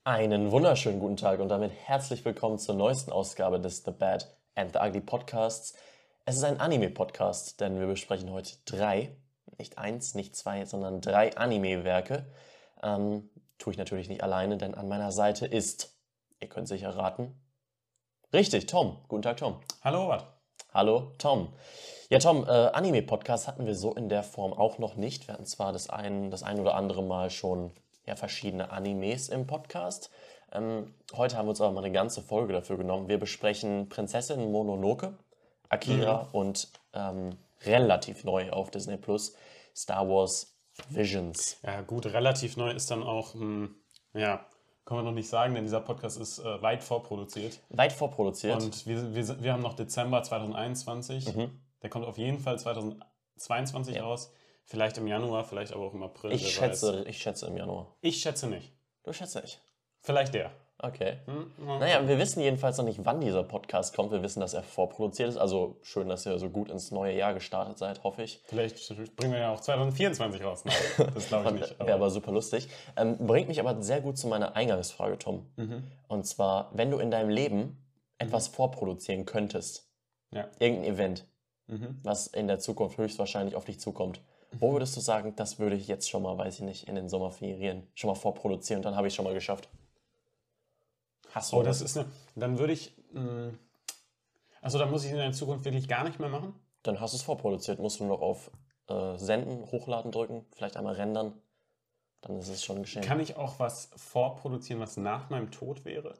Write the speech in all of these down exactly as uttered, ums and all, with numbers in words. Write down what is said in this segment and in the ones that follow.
Einen wunderschönen guten Tag und damit herzlich willkommen zur neuesten Ausgabe des The Bad and the Ugly Podcasts. Es ist ein Anime-Podcast, denn wir besprechen heute drei, nicht eins, nicht zwei, sondern drei Anime-Werke. Ähm, tue ich natürlich nicht alleine, denn an meiner Seite ist, ihr könnt sicher raten, richtig, Tom. Guten Tag, Tom. Hallo, Robert. Hallo, Tom. Ja, Tom, äh, Anime-Podcast hatten wir so in der Form auch noch nicht. Wir hatten zwar das ein, das ein oder andere Mal schon ja, verschiedene Animes im Podcast. Ähm, heute haben wir uns aber mal eine ganze Folge dafür genommen. Wir besprechen Prinzessin Mononoke, Akira Mhm. und ähm, relativ neu auf Disney Plus Star Wars Visions. Ja, gut, relativ neu ist dann auch, hm, ja, kann man noch nicht sagen, denn dieser Podcast ist äh, weit vorproduziert. Weit vorproduziert. Und wir, wir, sind- wir haben noch Dezember zwanzig einundzwanzig. Der kommt auf jeden Fall zwanzig zweiundzwanzig Ja. raus. Vielleicht im Januar, vielleicht aber auch im April. ich, wer schätze, weiß. ich schätze im Januar. Ich schätze nicht. Du schätzt nicht. Vielleicht der. Okay. Hm? Ja. Naja, wir wissen jedenfalls noch nicht, wann dieser Podcast kommt. Wir wissen, dass er vorproduziert ist. Also schön, dass ihr so gut ins neue Jahr gestartet seid, hoffe ich. Vielleicht bringen wir ja auch zwanzig vierundzwanzig raus. Nein, das glaube ich nicht. Wäre aber super lustig. Ähm, bringt mich aber sehr gut zu meiner Eingangsfrage, Tom. Und zwar, wenn du in deinem Leben etwas vorproduzieren könntest, Ja. irgendein Event, was in der Zukunft höchstwahrscheinlich auf dich zukommt, wo würdest du sagen, das würde ich jetzt schon mal, weiß ich nicht, in den Sommerferien schon mal vorproduzieren und dann habe ich es schon mal geschafft? Hast du Oh, was? das ist eine. Dann würde ich. Mh, also, dann muss ich in der Zukunft wirklich gar nicht mehr machen. Dann hast du es vorproduziert, musst du nur noch auf äh, Senden, Hochladen drücken, vielleicht einmal rendern, dann ist es schon geschehen. Kann ich auch was vorproduzieren, was nach meinem Tod wäre?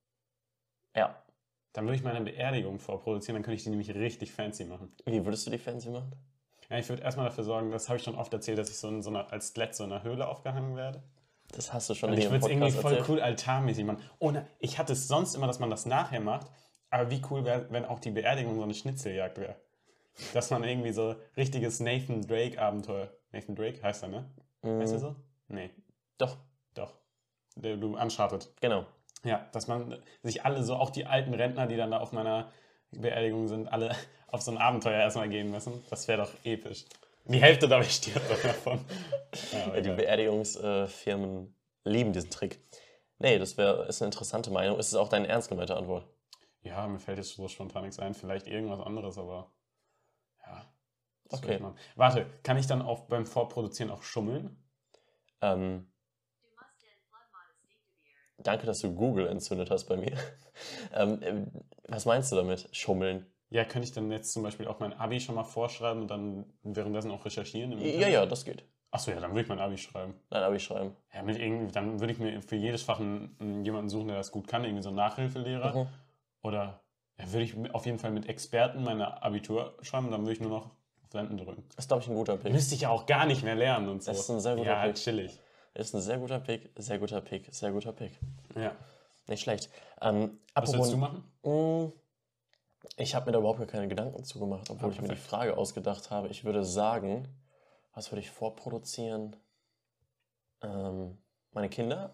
Ja. Dann würde ich meine Beerdigung vorproduzieren, dann könnte ich die nämlich richtig fancy machen. Wie würdest du die fancy machen? Ja, ich würde erstmal dafür sorgen, das habe ich schon oft erzählt, dass ich so, in so einer, als Skelett so in einer Höhle aufgehangen werde. Das hast du schon Und hier ich im würde es irgendwie Podcast voll erzählt. cool altarmäßig machen. Ohne, ich hatte es sonst immer, dass man das nachher macht, aber wie cool wäre, wenn auch die Beerdigung so eine Schnitzeljagd wäre. Dass man irgendwie so richtiges Nathan Drake-Abenteuer. Nathan Drake heißt er, ne? Heißt er so? Nee, Doch, doch. Der, du Uncharted. genau. Ja, dass man sich alle so, auch die alten Rentner, die dann da auf meiner Beerdigung sind, alle auf so ein Abenteuer erstmal gehen müssen. Das wäre doch episch. Die Hälfte dabei stirbt doch davon. Ja, aber Ja, die egal. Beerdigungsfirmen lieben diesen Trick. Nee, das wär, ist eine interessante Meinung. Ist es auch deine ernst gemeinte Antwort? Ja, mir fällt jetzt so spontan nichts ein. Vielleicht irgendwas anderes, aber ja. das Okay. würde ich machen. Warte, kann ich dann auch beim Vorproduzieren auch schummeln? Ähm, danke, dass du Google entzündet hast bei mir. ähm, äh, was meinst du damit? Schummeln? Ja, könnte ich dann jetzt zum Beispiel auch mein Abi schon mal vorschreiben und dann währenddessen auch recherchieren? Im Ja, Internet? ja, das geht. Achso, ja, dann würde ich mein Abi schreiben. Nein, aber ich schreiben. Ja, mit irgendwie, dann würde ich mir für jedes Fach einen, einen, jemanden suchen, der das gut kann, irgendwie so einen Nachhilfelehrer. Mhm. Oder ja, würde ich auf jeden Fall mit Experten meine Abitur schreiben und dann würde ich nur noch auf Senden drücken. Das ist, glaube ich, ein guter Pick. Müsste ich ja auch gar nicht mehr lernen und so. Das ist ein sehr guter ja, Pick. chillig. Ist ein sehr guter Pick, sehr guter Pick, sehr guter Pick. Ja. Nicht schlecht. Ähm, Was apropos- willst du machen? Mm, Ich habe mir da überhaupt gar keine Gedanken zugemacht, obwohl Ah, ich mir die perfekt. Frage ausgedacht habe. Ich würde sagen, was würde ich vorproduzieren? Ähm, meine Kinder?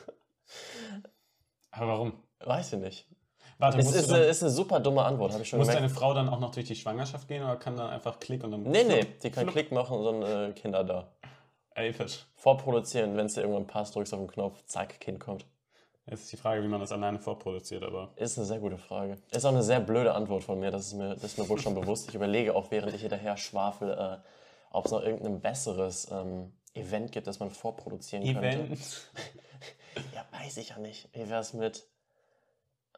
Aber warum? Weiß ich nicht. Warte, Es musst, ist, du eine, dann, ist eine super dumme Antwort, habe ich schon muss gemerkt. deine Frau dann auch noch durch die Schwangerschaft gehen oder kann dann einfach Klick und dann... Nee, nee, Flupp, die kann flupp. Klick machen und dann äh, Kinder da. Episch. Vorproduzieren, wenn es dir irgendwann passt, drückst auf den Knopf, zack, Kind kommt. Jetzt ist die Frage, wie man das alleine vorproduziert, aber... Ist eine sehr gute Frage. Ist auch eine sehr blöde Antwort von mir, das ist mir, das ist mir wohl schon bewusst. Ich überlege auch, während ich hinterher schwafel, äh, ob es noch irgendein besseres ähm, Event gibt, das man vorproduzieren könnte. Event. Ja, weiß ich ja nicht. Wie wäre es mit... Äh,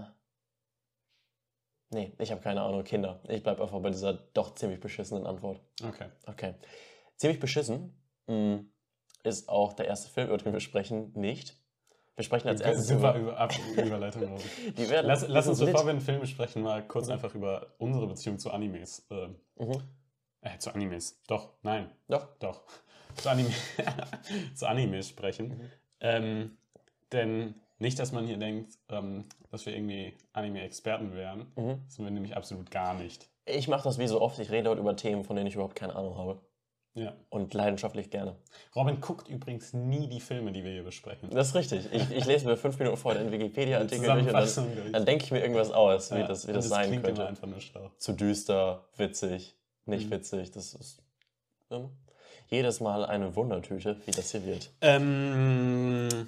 nee, ich habe keine Ahnung. Kinder. Ich bleibe einfach bei dieser doch ziemlich beschissenen Antwort. Okay. Okay. Ziemlich beschissen mh, ist auch der erste Film, über den wir sprechen, nicht. Wir sprechen als erstes Super über... über, Ab Überleitung. Robert. Die werden, Lass, lass uns, die sind bevor lit. wir einen Film besprechen, mal kurz einfach über unsere Beziehung zu Animes. Äh, Mhm. äh, zu Animes. Doch, nein. Doch. Doch. Zu, Anime zu Animes sprechen. Mhm. Ähm, denn nicht, dass man hier denkt, ähm, dass wir irgendwie Anime-Experten wären. Mhm. Das sind wir nämlich absolut gar nicht. Ich mache das wie so oft. Ich rede heute über Themen, von denen ich überhaupt keine Ahnung habe. Ja. Und leidenschaftlich gerne. Robin guckt übrigens nie die Filme, die wir hier besprechen. Das ist richtig. Ich, ich lese mir fünf Minuten vorher den Wikipedia-Artikel durch und Zusammenfassung dann, durch. dann denke ich mir irgendwas aus, wie Ja, das, wie und das sein klingt könnte. immer einfach nur schlau. Zu düster, witzig, nicht Mhm. witzig. Das ist ähm, jedes Mal eine Wundertüte, wie das hier wird. Ähm,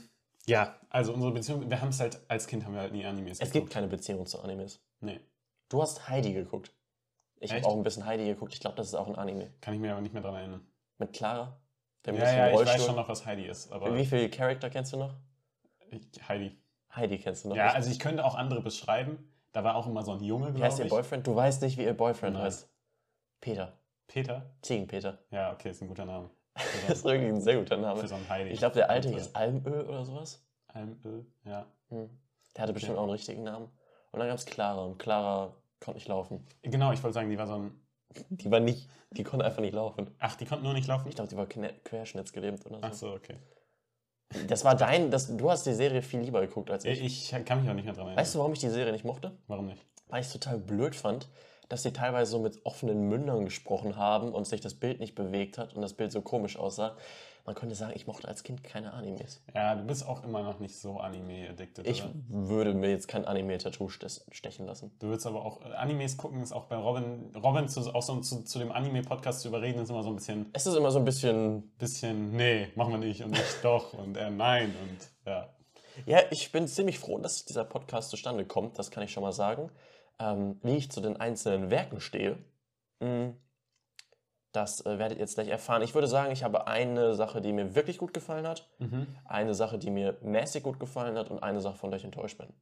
Ja, also unsere Beziehung, wir haben es halt, als Kind haben wir halt nie Animes Es gibt keine Beziehung zu Animes. Nee. Du hast Heidi geguckt. Ich habe Echt? auch ein bisschen Heidi geguckt. Ich glaube, das ist auch ein Anime. Kann ich mir aber nicht mehr dran erinnern. Mit Clara? Der Ja, mit dem ja, ich weiß Rollstuhl. schon noch, was Heidi ist, aber Wie viele Charakter kennst du noch? ich, Heidi. Heidi kennst du noch? Ja, Ich- also ich könnte auch andere beschreiben. Da war auch immer so ein Junge, Wie heißt glaube ihr ich. Boyfriend? Du weißt nicht, wie ihr Boyfriend Nein. heißt. Peter. Peter? Ziegenpeter. Ja, okay, ist ein guter Name. Das ist irgendwie ein sehr guter Name. Für so einen Heidi. Ich glaube, der alte Und, äh, hieß Almöl oder sowas. Almöl, ja. Hm. Der hatte bestimmt auch einen richtigen Namen. Und dann gab es Clara. Und Clara konnte nicht laufen. Genau, ich wollte sagen, die war so ein... Die war nicht, die konnte einfach nicht laufen. Ach, die konnten nur nicht laufen? Ich glaube, die war kne- querschnittsgelähmt oder so. Ach so, okay. Das war dein, das, du hast die Serie viel lieber geguckt als ich. Ich kann mich auch nicht mehr dran erinnern. Weißt du, warum ich die Serie nicht mochte? Warum nicht? Weil ich es total blöd fand, dass sie teilweise so mit offenen Mündern gesprochen haben und sich das Bild nicht bewegt hat und das Bild so komisch aussah. Man könnte sagen, ich mochte als Kind keine Animes. Ja, du bist auch immer noch nicht so Anime-addicted, Ich oder? würde mir jetzt kein Anime-Tattoo stes- stechen lassen. Du willst aber auch... Animes gucken ist auch bei Robin... Robin zu, auch so zu, zu dem Anime-Podcast zu überreden, ist immer so ein bisschen... Es ist immer so ein bisschen... bisschen, nee, machen wir nicht und ich doch und er nein und ja. Ja, ich bin ziemlich froh, dass dieser Podcast zustande kommt, das kann ich schon mal sagen. Ähm, wie ich zu den einzelnen Werken stehe, mh, das äh, werdet ihr jetzt gleich erfahren. Ich würde sagen, ich habe eine Sache, die mir wirklich gut gefallen hat, Mhm. eine Sache, die mir mäßig gut gefallen hat und eine Sache, von der ich enttäuscht bin.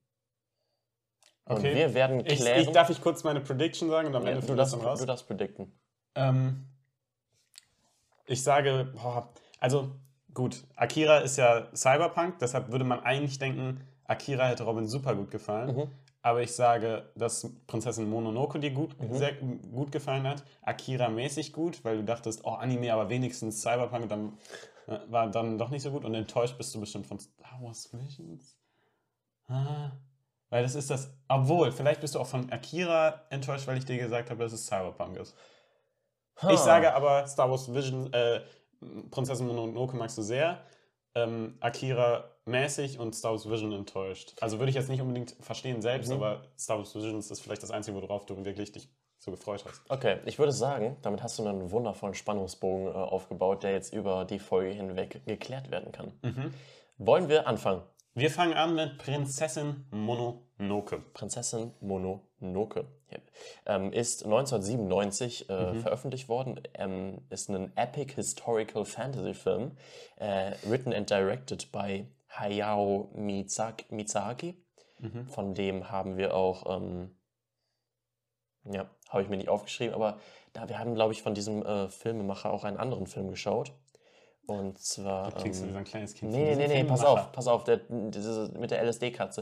Und Okay. wir werden Ich, klären... ich, darf ich kurz meine Prediction sagen und am ja, Ende du, finden wir es darfst, dann raus? du darfst predikten. Ähm, ich sage, boah, also gut, Akira ist ja Cyberpunk, deshalb würde man eigentlich denken, Akira hätte Robin super gut gefallen. Mhm. Aber ich sage, dass Prinzessin Mononoke dir gut, Mhm. sehr gut gefallen hat. Akira mäßig gut, weil du dachtest, oh, Anime, aber wenigstens Cyberpunk, dann äh, war dann doch nicht so gut. Und enttäuscht bist du bestimmt von Star Wars Visions. Ah, weil das ist das, obwohl, vielleicht bist du auch von Akira enttäuscht, weil ich dir gesagt habe, dass es Cyberpunk ist. Ha. Ich sage aber, Star Wars Vision, äh, Prinzessin Mononoke magst du sehr, ähm, Akira mäßig und Star Wars Vision enttäuscht. Also würde ich jetzt nicht unbedingt verstehen selbst, Mhm. aber Star Wars Visions ist vielleicht das Einzige, worauf du wirklich dich so gefreut hast. Okay, ich würde sagen, damit hast du einen wundervollen Spannungsbogen äh, aufgebaut, der jetzt über die Folge hinweg geklärt werden kann. Mhm. Wollen wir anfangen? Wir fangen an mit Prinzessin Mononoke. Prinzessin Mononoke ja. ähm, ist neunzehnhundertsiebenundneunzig äh, Mhm. veröffentlicht worden, ähm, ist ein Epic Historical Fantasy Film, äh, written and directed by Hayao Mizaki, Mizaki. Mhm. Von dem haben wir auch, ähm, ja, habe ich mir nicht aufgeschrieben, aber da, wir haben, glaube ich, von diesem äh, Filmemacher auch einen anderen Film geschaut. Und zwar. Du klingst ähm, wie so ein kleines Kind. Nee, Diesen nee, nee, pass Filmemacher. auf, pass auf, der, diese, mit der L S D-Katze.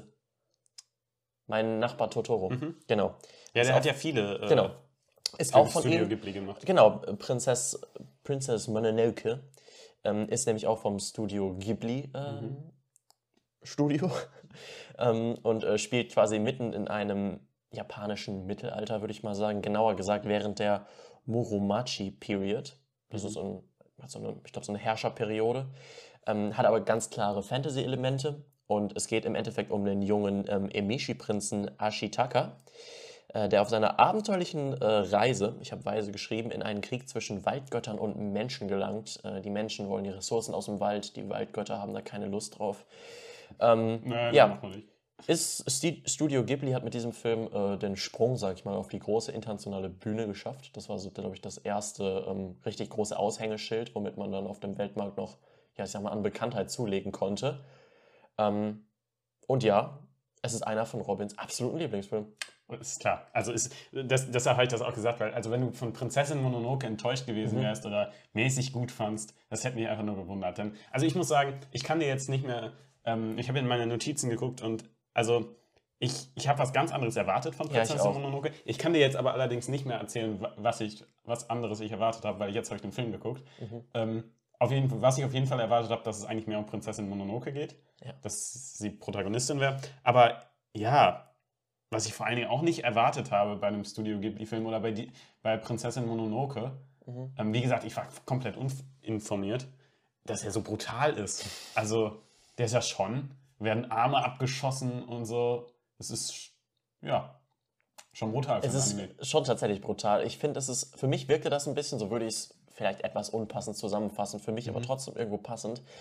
Mein Nachbar Totoro. Mhm. Genau. Ja, Ist der auch- hat ja viele äh, Genau. Ist für auch das von Studio ihm. Ghibli gemacht. Genau, Prinzess, Princess Mononoke ähm, ist nämlich auch vom Studio Ghibli ähm, Mhm. Studio ähm, und äh, spielt quasi mitten in einem japanischen Mittelalter, würde ich mal sagen. Genauer gesagt während der Muromachi Period. Das Mhm. ist so, ein, hat so eine, ich glaube, so eine Herrscherperiode. Ähm, hat aber ganz klare Fantasy-Elemente und es geht im Endeffekt um den jungen ähm, Emishi-Prinzen Ashitaka, äh, der auf seiner abenteuerlichen äh, Reise, ich habe Weise geschrieben, in einen Krieg zwischen Waldgöttern und Menschen gelangt. Äh, die Menschen wollen die Ressourcen aus dem Wald, die Waldgötter haben da keine Lust drauf. Ähm, Nein, ja, macht man nicht. ist Sti- Studio Ghibli hat mit diesem Film äh, den Sprung, sag ich mal, auf die große internationale Bühne geschafft. Das war so, glaube ich, das erste ähm, richtig große Aushängeschild, womit man dann auf dem Weltmarkt noch, ja, ich sag mal, an Bekanntheit zulegen konnte. Ähm, und ja, es ist einer von Robins absoluten Lieblingsfilmen. Ist klar. Also ist, das, deshalb habe ich das auch gesagt, weil also wenn du von Prinzessin Mononoke enttäuscht gewesen Mhm. wärst oder mäßig gut fandst, das hätte mich einfach nur gewundert. Denn, also ich muss sagen, ich kann dir jetzt nicht mehr, ähm, ich habe in meine Notizen geguckt und also ich, ich habe was ganz anderes erwartet von Ja, ich Prinzessin auch. Mononoke. Ich kann dir jetzt aber allerdings nicht mehr erzählen, wa- was ich, was anderes ich erwartet habe, weil jetzt habe ich den Film geguckt. Mhm. Ähm, auf jeden Fall, was ich auf jeden Fall erwartet habe, dass es eigentlich mehr um Prinzessin Mononoke geht, Ja. dass sie Protagonistin wäre. Aber ja, was ich vor allen Dingen auch nicht erwartet habe bei einem Studio Ghibli-Film oder bei, die, bei Prinzessin Mononoke, Mhm. ähm, wie gesagt, ich war komplett uninformiert, dass er so brutal ist. Also, der ist ja schon, werden Arme abgeschossen und so. Es ist, ja, schon brutal für Es ein ist Anime. schon tatsächlich brutal. Ich finde, es ist, für mich wirkte das ein bisschen, so würde ich es vielleicht etwas unpassend zusammenfassen, für mich aber Mhm. trotzdem irgendwo passend.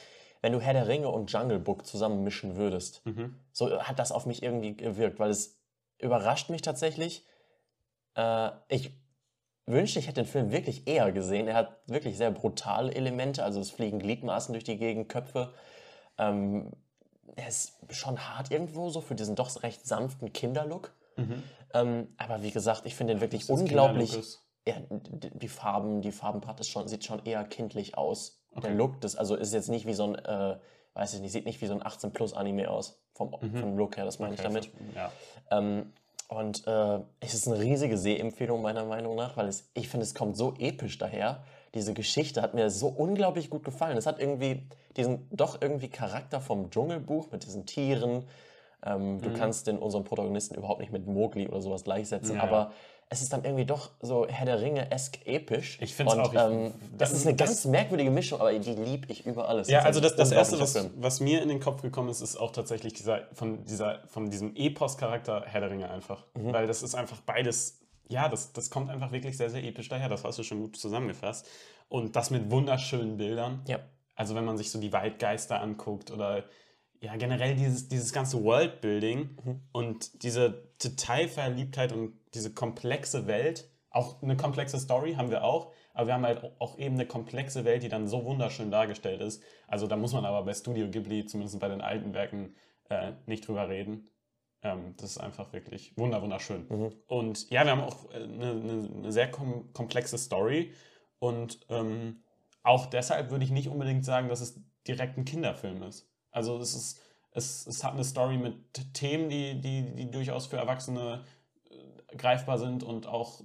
wenn du Herr der Ringe und Jungle Book zusammen mischen würdest. Mhm. So hat das auf mich irgendwie gewirkt, weil es überrascht mich tatsächlich. Äh, ich wünschte, ich hätte den Film wirklich eher gesehen. Er hat wirklich sehr brutale Elemente, also es fliegen Gliedmaßen durch die Gegend, Köpfe. Ähm, er ist schon hart irgendwo, so für diesen doch recht sanften Kinderlook. Mhm. Ähm, aber wie gesagt, ich finde den wirklich Das ist unglaublich. Kinderlook ist. Ja, d- die Farben, die Farbenpracht ist schon, sieht schon eher kindlich aus. Der Okay. Look, das also ist jetzt nicht wie so ein, äh, weiß ich nicht, sieht nicht wie so ein achtzehn-Plus-Anime aus. Vom, vom Look her, das meine ich Okay, damit. Ja. Ähm, und äh, es ist eine riesige Sehempfehlung meiner Meinung nach, weil es, ich finde, es kommt so episch daher. Diese Geschichte hat mir so unglaublich gut gefallen. Es hat irgendwie diesen doch irgendwie Charakter vom Dschungelbuch mit diesen Tieren. Ähm, du kannst den unseren Protagonisten überhaupt nicht mit Mowgli oder sowas gleichsetzen, Ja, aber ja. es ist dann irgendwie doch so Herr der Ringe-esk episch. Ich find's Und, auch, ich- Ähm, das, das- ist eine das- ganz merkwürdige Mischung, aber die liebe ich über alles. Ja, also das, das Erste, was, Unglaublicher Film. was mir in den Kopf gekommen ist, ist auch tatsächlich dieser, von, dieser, von diesem Epos-Charakter Herr der Ringe einfach. Mhm. Weil das ist einfach beides, ja, das, das kommt einfach wirklich sehr, sehr episch daher. Das hast du schon gut zusammengefasst. Und das mit wunderschönen Bildern. Ja. Also wenn man sich so die Waldgeister anguckt oder ja generell dieses, dieses ganze Worldbuilding Mhm. und diese Detailverliebtheit und diese komplexe Welt, auch eine komplexe Story haben wir auch, aber wir haben halt auch eben eine komplexe Welt, die dann so wunderschön dargestellt ist. Also da muss man aber bei Studio Ghibli, zumindest bei den alten Werken, äh, nicht drüber reden. Ähm, das ist einfach wirklich wunder wunderschön. Und ja, wir haben auch äh, eine, eine, eine sehr kom komplexe Story und ähm, auch deshalb würde ich nicht unbedingt sagen, dass es direkt ein Kinderfilm ist. Also es ist, es, es hat eine Story mit Themen, die, die, die durchaus für Erwachsene äh, greifbar sind und auch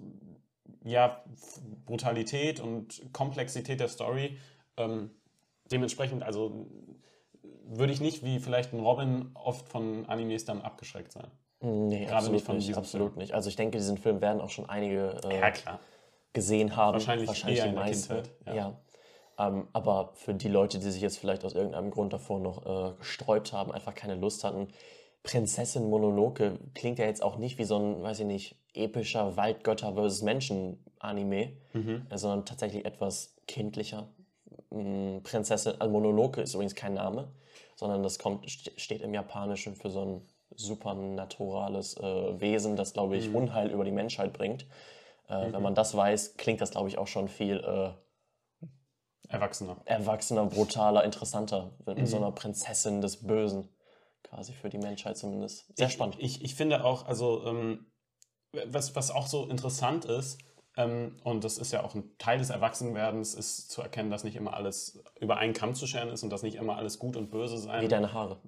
ja, Brutalität und Komplexität der Story. Ähm, dementsprechend, also würde ich nicht wie vielleicht ein Robin oft von Animes dann abgeschreckt sein. Nee, Gerade absolut nicht von nicht, diesem absolut nicht. Also ich denke, diesen Film werden auch schon einige äh, Ja, klar. gesehen haben. Wahrscheinlich eher die in der meisten. Kindheit, ja. Ja. Ähm, aber für die Leute, die sich jetzt vielleicht aus irgendeinem Grund davor noch äh, gesträubt haben, einfach keine Lust hatten, Prinzessin Mononoke klingt ja jetzt auch nicht wie so ein, weiß ich nicht, epischer Waldgötter versus Menschen-Anime, Mhm. äh, sondern tatsächlich etwas kindlicher. Mm, Prinzessin, also Mononoke ist übrigens kein Name, sondern das kommt, st- steht im Japanischen für so ein supernaturales äh, Wesen, das, glaube ich, Unheil über die Menschheit bringt. Äh, Wenn man das weiß, klingt das, glaube ich, auch schon viel äh, Erwachsener. erwachsener, brutaler, interessanter. Mit so einer Prinzessin des Bösen. Quasi für die Menschheit zumindest. Sehr spannend. Ich, ich finde auch, also ähm, was, was auch so interessant ist, ähm, und das ist ja auch ein Teil des Erwachsenwerdens, ist zu erkennen, dass nicht immer alles über einen Kamm zu scheren ist und dass nicht immer alles gut und böse sein Wie deine Haare.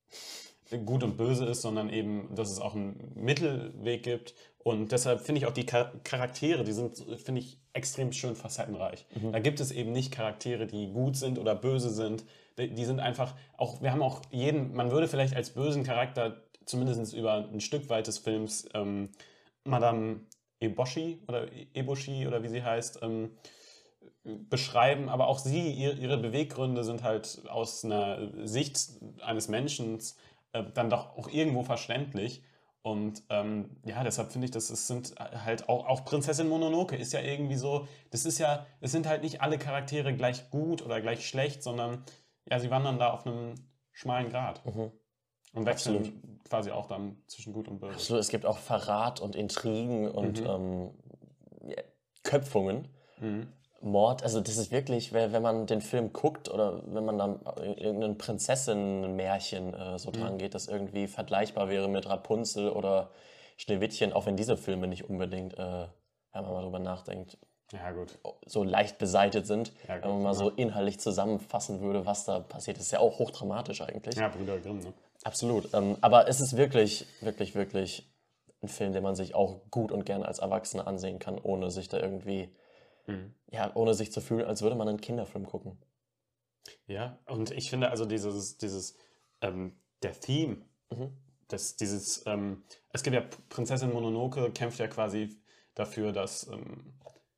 gut und böse ist, sondern eben, dass es auch einen Mittelweg gibt. Und deshalb finde ich auch die Char- Charaktere, die sind, finde ich, extrem schön facettenreich. Da gibt es eben nicht Charaktere, die gut sind oder böse sind. Die, die sind einfach, auch, wir haben auch jeden, man würde vielleicht als bösen Charakter, zumindest über ein Stück weit des Films, ähm, Madame Eboshi oder Eboshi oder wie sie heißt, ähm, beschreiben, aber auch sie, ihr, ihre Beweggründe sind halt aus einer Sicht eines Menschen äh, dann doch auch irgendwo verständlich. Und ähm, ja, deshalb finde ich, das ist, sind halt auch, auch Prinzessin Mononoke ist ja irgendwie so, das ist ja, es sind halt nicht alle Charaktere gleich gut oder gleich schlecht, sondern ja, sie wandern da auf einem schmalen Grat. Und wechseln Absolut. quasi auch dann zwischen gut und böse. Absolut, es gibt auch Verrat und Intrigen und ähm, ja, Köpfungen. Mord, also das ist wirklich, wenn wenn man den Film guckt oder wenn man dann irgendein Prinzessin-Märchen äh, so dran geht, das irgendwie vergleichbar wäre mit Rapunzel oder Schneewittchen, auch wenn diese Filme nicht unbedingt, äh, wenn man mal drüber nachdenkt, Ja, gut. so leicht beseitigt sind. Ja, gut, wenn man mal ja. so inhaltlich zusammenfassen würde, was da passiert, ist ja auch hochdramatisch eigentlich. Ja, Brüder Grimm, ne? Absolut. Ähm, aber es ist wirklich, wirklich, wirklich ein Film, den man sich auch gut und gerne als Erwachsener ansehen kann, ohne sich da irgendwie, ja, ohne sich zu fühlen, als würde man einen Kinderfilm gucken. Ja, und ich finde also dieses, dieses ähm, der Theme, das, dieses, ähm, es gibt ja Prinzessin Mononoke, kämpft ja quasi dafür, dass, ähm,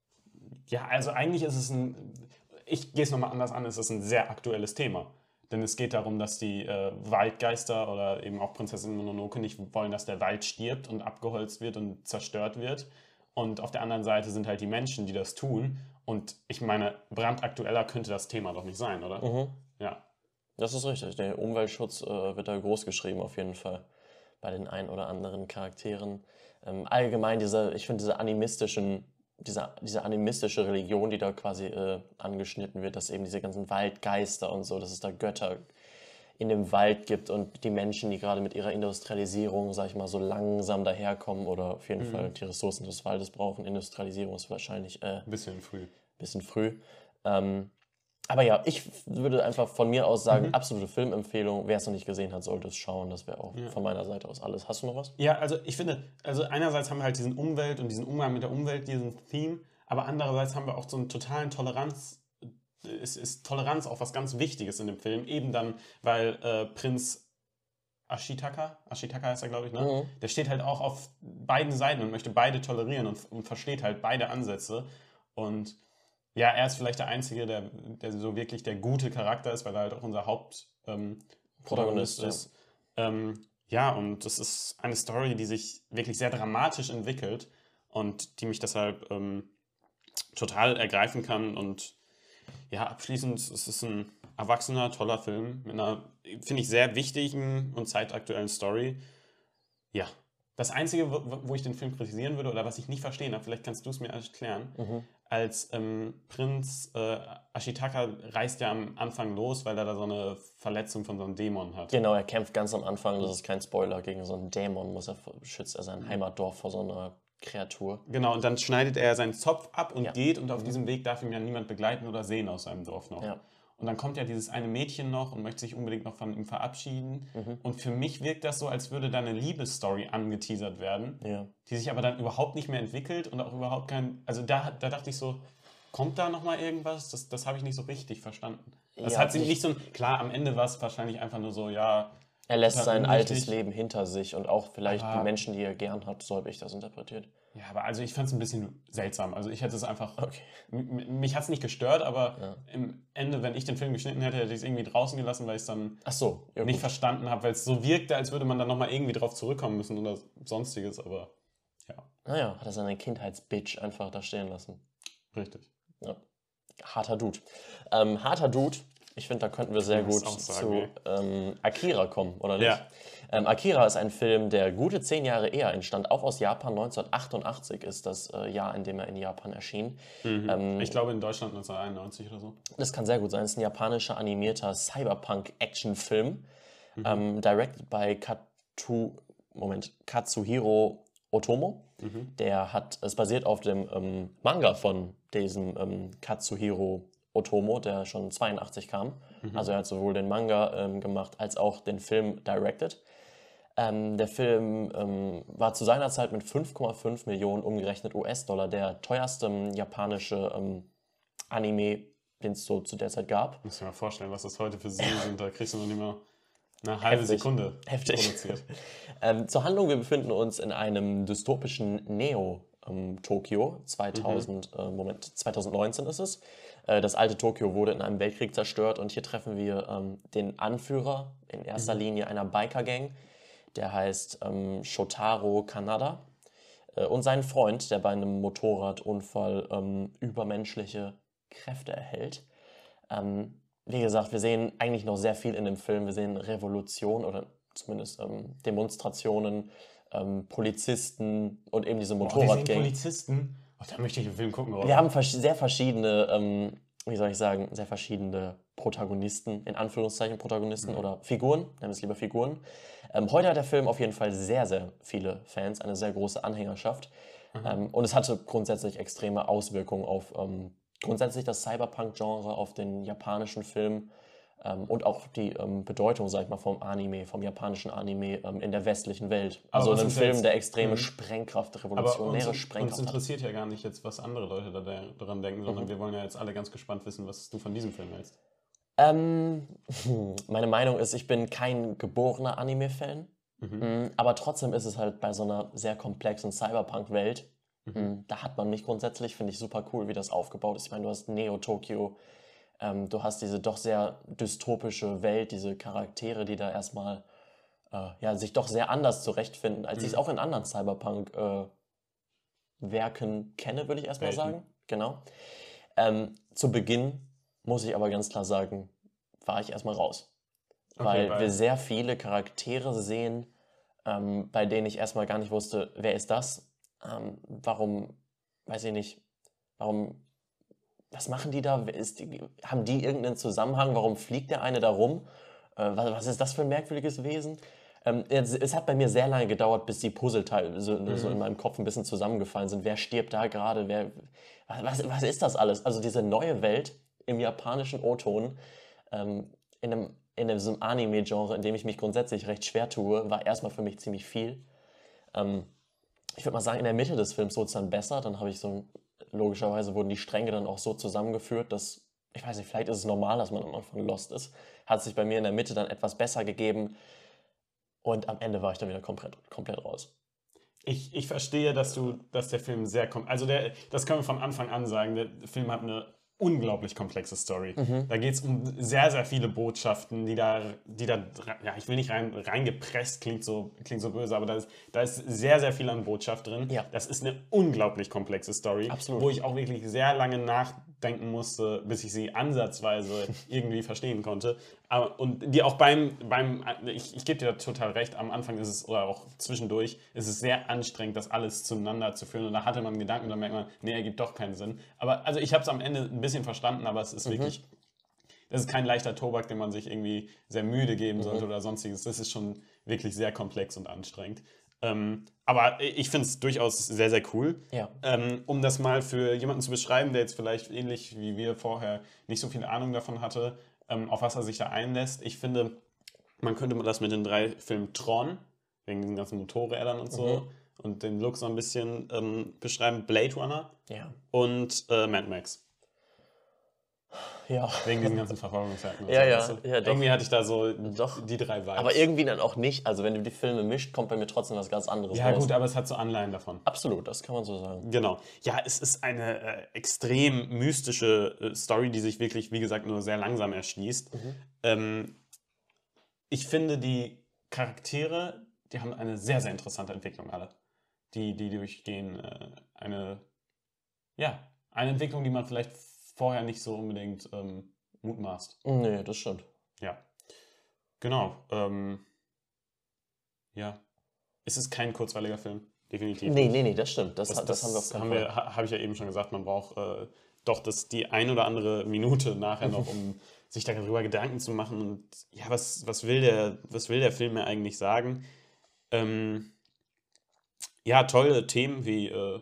ja, also eigentlich ist es ein, ich gehe es nochmal anders an, es ist ein sehr aktuelles Thema. Denn es geht darum, dass die äh, Waldgeister oder eben auch Prinzessin Mononoke nicht wollen, dass der Wald stirbt und abgeholzt wird und zerstört wird. Und auf der anderen Seite sind halt die Menschen, die das tun. Und ich meine, brandaktueller könnte das Thema doch nicht sein, oder? Ja. Das ist richtig. Der Umweltschutz äh, wird da groß geschrieben, auf jeden Fall. Bei den ein oder anderen Charakteren. Ähm, allgemein diese, ich finde diese animistischen, diese, diese animistische Religion, die da quasi äh, angeschnitten wird, dass eben diese ganzen Waldgeister und so, dass es da Götter in dem Wald gibt und die Menschen, die gerade mit ihrer Industrialisierung, sag ich mal, so langsam daherkommen oder auf jeden Fall die Ressourcen des Waldes brauchen. Industrialisierung ist wahrscheinlich äh, Ein bisschen früh. bisschen früh. Ähm, aber ja, ich würde einfach von mir aus sagen, Mhm. absolute Filmempfehlung. Wer es noch nicht gesehen hat, sollte es schauen. Das wäre auch Ja. von meiner Seite aus alles. Hast du noch was? Ja, also ich finde, also einerseits haben wir halt diesen Umwelt und diesen Umgang mit der Umwelt, diesen Theme, aber andererseits haben wir auch so einen totalen Toleranz, es ist Toleranz auch was ganz Wichtiges in dem Film, eben dann, weil äh, Prinz Ashitaka, Ashitaka heißt er, glaube ich, ne? Mhm. Der steht halt auch auf beiden Seiten und möchte beide tolerieren und, und versteht halt beide Ansätze. Und ja, er ist vielleicht der Einzige, der, der so wirklich der gute Charakter ist, weil er halt auch unser Hauptprotagonist ähm, Protagonist, Protagonist ist. Ähm, ja, und das ist eine Story, die sich wirklich sehr dramatisch entwickelt und die mich deshalb ähm, total ergreifen kann. Und ja, abschließend, es ist ein erwachsener, toller Film mit einer, finde ich, sehr wichtigen und zeitaktuellen Story. Ja, das Einzige, wo, wo ich den Film kritisieren würde oder was ich nicht verstehen habe, vielleicht kannst du es mir erklären, Mhm. als ähm, Prinz äh, Ashitaka reist ja am Anfang los, weil er da so eine Verletzung von so einem Dämon hat. Genau, er kämpft ganz am Anfang, das ist kein Spoiler, gegen so einen Dämon, muss er, schützt er sein Heimatdorf vor so einer Kreatur. Genau, und dann schneidet er seinen Zopf ab und Ja. geht und auf diesem Weg darf ihn ja niemand begleiten oder sehen aus seinem Dorf noch. Ja. Und dann kommt ja dieses eine Mädchen noch und möchte sich unbedingt noch von ihm verabschieden. Und für mich wirkt das so, als würde da eine Liebesstory angeteasert werden, Ja. die sich aber dann überhaupt nicht mehr entwickelt und auch überhaupt kein... Also da, da dachte ich so, kommt da nochmal irgendwas? Das, das habe ich nicht so richtig verstanden. Das Ja, hat sie ich- nicht so... Klar, am Ende war es wahrscheinlich einfach nur so, ja... Er lässt total sein unwichtig. altes Leben hinter sich und auch vielleicht Aber- die Menschen, die er gern hat, so habe ich das interpretiert. Ja, aber also ich fand es ein bisschen seltsam. Also ich hätte es einfach... Okay. M- Mich hat es nicht gestört, aber im Ende, wenn ich den Film geschnitten hätte, hätte ich es irgendwie draußen gelassen, weil ich es dann Ach so, ja, nicht gut. verstanden habe, weil es so wirkte, als würde man dann nochmal irgendwie drauf zurückkommen müssen oder sonstiges, aber ja, Naja, hat er seine Kindheitsbitch einfach da stehen lassen. richtig. Ja. Harter Dude. Ähm, harter Dude, ich finde, da könnten wir sehr Ich muss gut auch sagen, zu ähm, Akira kommen, oder nicht? Ja. Ähm, Akira ist ein Film, der gute zehn Jahre eher entstand, auch aus Japan. neunzehnhundertachtundachtzig ist das äh, Jahr, in dem er in Japan erschien. Ähm, Ich glaube in Deutschland neunzehnhunderteinundneunzig oder so. Das kann sehr gut sein. Es ist ein japanischer animierter Cyberpunk-Action-Film, ähm, directed by Katu, Moment, Katsuhiro Otomo. Der hat, es basiert auf dem ähm, Manga von diesem ähm, Katsuhiro Otomo, der schon zweiundachtzig kam. Also er hat sowohl den Manga ähm, gemacht als auch den Film directed. Ähm, der Film ähm, war zu seiner Zeit mit fünf Komma fünf Millionen umgerechnet U S-Dollar der teuerste ähm, japanische ähm, Anime, den es so zu der Zeit gab. Muss ich mir mal vorstellen, was das heute für Summen sind. Da kriegst du noch nicht mal eine halbe Heftig. Sekunde Heftig. produziert. Ähm, zur Handlung, wir befinden uns in einem dystopischen Neo-Tokio. zweitausend, äh, Moment, zweitausendneunzehn ist es. Äh, das alte Tokio wurde in einem Weltkrieg zerstört und hier treffen wir ähm, den Anführer in erster Linie einer Biker-Gang, der heißt ähm, Shotaro Kanada, äh, und seinen Freund, der bei einem Motorradunfall ähm, übermenschliche Kräfte erhält. Ähm, wie gesagt, wir sehen eigentlich noch sehr viel in dem Film. Wir sehen Revolution oder zumindest ähm, Demonstrationen, ähm, Polizisten und eben diese Oh, wir sehen Motorradgang. Polizisten. Oh, da möchte ich den Film gucken. Oder? Wir haben vers- sehr verschiedene, ähm, wie soll ich sagen, sehr verschiedene Protagonisten, in Anführungszeichen Protagonisten oder Figuren, nennen wir es lieber Figuren. Ähm, heute hat der Film auf jeden Fall sehr, sehr viele Fans, eine sehr große Anhängerschaft. Ähm, und es hatte grundsätzlich extreme Auswirkungen auf ähm, grundsätzlich das Cyberpunk-Genre, auf den japanischen Film ähm, und auch die ähm, Bedeutung, sag ich mal, vom Anime, vom japanischen Anime ähm, in der westlichen Welt. Aber Also was ein uns Film, jetzt- der extreme Mhm. Sprengkraft, Aber revolutionäre uns, uns Sprengkraft hat. interessiert ja gar nicht jetzt, was andere Leute da, daran denken, sondern wir wollen ja jetzt alle ganz gespannt wissen, was du von diesem Film hältst. Ähm, meine Meinung ist, ich bin kein geborener Anime-Fan, mm, aber trotzdem ist es halt bei so einer sehr komplexen Cyberpunk-Welt, mm, da hat man mich grundsätzlich, finde ich super cool, wie das aufgebaut ist. Ich meine, du hast Neo-Tokio, ähm, du hast diese doch sehr dystopische Welt, diese Charaktere, die da erstmal äh, ja, sich doch sehr anders zurechtfinden, als ich es auch in anderen Cyberpunk-Werken kenne, würde ich erstmal Welten. sagen. Genau. Ähm, zu Beginn muss ich aber ganz klar sagen, war ich erstmal raus. weil weil- wir sehr viele Charaktere sehen, ähm, bei denen ich erstmal gar nicht wusste, wer ist das? Ähm, warum, weiß ich nicht, warum, was machen die da? Wer ist die, haben die irgendeinen Zusammenhang? Warum fliegt der eine da rum? Äh, was, was ist das für ein merkwürdiges Wesen? Ähm, es, es hat bei mir sehr lange gedauert, bis die Puzzleteile so, so in meinem Kopf ein bisschen zusammengefallen sind. Wer stirbt da gerade? Wer, was, was, was ist das alles? Also diese neue Welt im japanischen O-Ton, ähm, in einem, in einem, so einem Anime-Genre, in dem ich mich grundsätzlich recht schwer tue, war erstmal für mich ziemlich viel. Ähm, ich würde mal sagen, in der Mitte des Films wurde es dann besser. Dann habe ich so, logischerweise wurden die Stränge dann auch so zusammengeführt, dass, ich weiß nicht, vielleicht ist es normal, dass man am Anfang lost ist. Hat sich bei mir in der Mitte dann etwas besser gegeben. Und am Ende war ich dann wieder komplett, komplett raus. Ich, ich verstehe, dass du, dass der Film sehr kom also der, das können wir von Anfang an sagen, der Film hat eine unglaublich komplexe Story. Da geht es um sehr, sehr viele Botschaften, die da, die da, ja, ich will nicht rein, reingepresst, klingt so, klingt so böse, aber da ist, da ist sehr, sehr viel an Botschaft drin. Ja. Das ist eine unglaublich komplexe Story, Absolut. wo ich auch wirklich sehr lange nachdenken musste, bis ich sie ansatzweise irgendwie verstehen konnte. Aber, und die auch beim, beim ich, ich gebe dir da total recht, am Anfang ist es, oder auch zwischendurch, ist es sehr anstrengend, das alles zueinander zu führen. Und da hatte man einen Gedanken, dann merkt man, nee, ergibt doch keinen Sinn. Aber also ich habe es am Ende ein bisschen verstanden, aber es ist wirklich, das ist kein leichter Tobak, den man sich irgendwie sehr müde geben sollte oder sonstiges. Das ist schon wirklich sehr komplex und anstrengend. Ähm, aber ich finde es durchaus sehr, sehr cool. Ja. Ähm, um das mal für jemanden zu beschreiben, der jetzt vielleicht ähnlich wie wir vorher nicht so viel Ahnung davon hatte, ähm, auf was er sich da einlässt. Ich finde, man könnte das mit den drei Filmen Tron, wegen diesen ganzen Motorrädern und so, und den Look so ein bisschen ähm, beschreiben. Blade Runner Ja. und äh, Mad Max. Ja. Wegen diesen ganzen Verfolgungsjagden. und Ja, so, ja, weißt du? ja, doch. Irgendwie hatte ich da so Doch. die drei Vibes. Aber irgendwie dann auch nicht. Also wenn du die Filme mischt, kommt bei mir trotzdem was ganz anderes ja, raus. gut, aber es hat so Anleihen davon. Absolut, das kann man so sagen. Genau. Ja, es ist eine äh, extrem mystische äh, Story, die sich wirklich, wie gesagt, nur sehr langsam erschließt. Ähm, ich finde, die Charaktere, die haben eine sehr, sehr interessante Entwicklung alle. Die, die durchgehen äh, eine, ja, eine Entwicklung, die man vielleicht vorher nicht so unbedingt ähm, mutmaßt. Nee, das stimmt. Ja. Genau. Ähm, ja. Es ist kein kurzweiliger Film. Definitiv. Nee, nee, nee, das stimmt. Das, Das, das, das haben wir auf keinen haben Fall. wir, ha- habe ich ja eben schon gesagt, man braucht äh, doch das, die ein oder andere Minute nachher noch, um sich darüber Gedanken zu machen. Und ja, was, was, will, der, was will der Film mir eigentlich sagen? Ähm, ja, tolle Themen wie äh,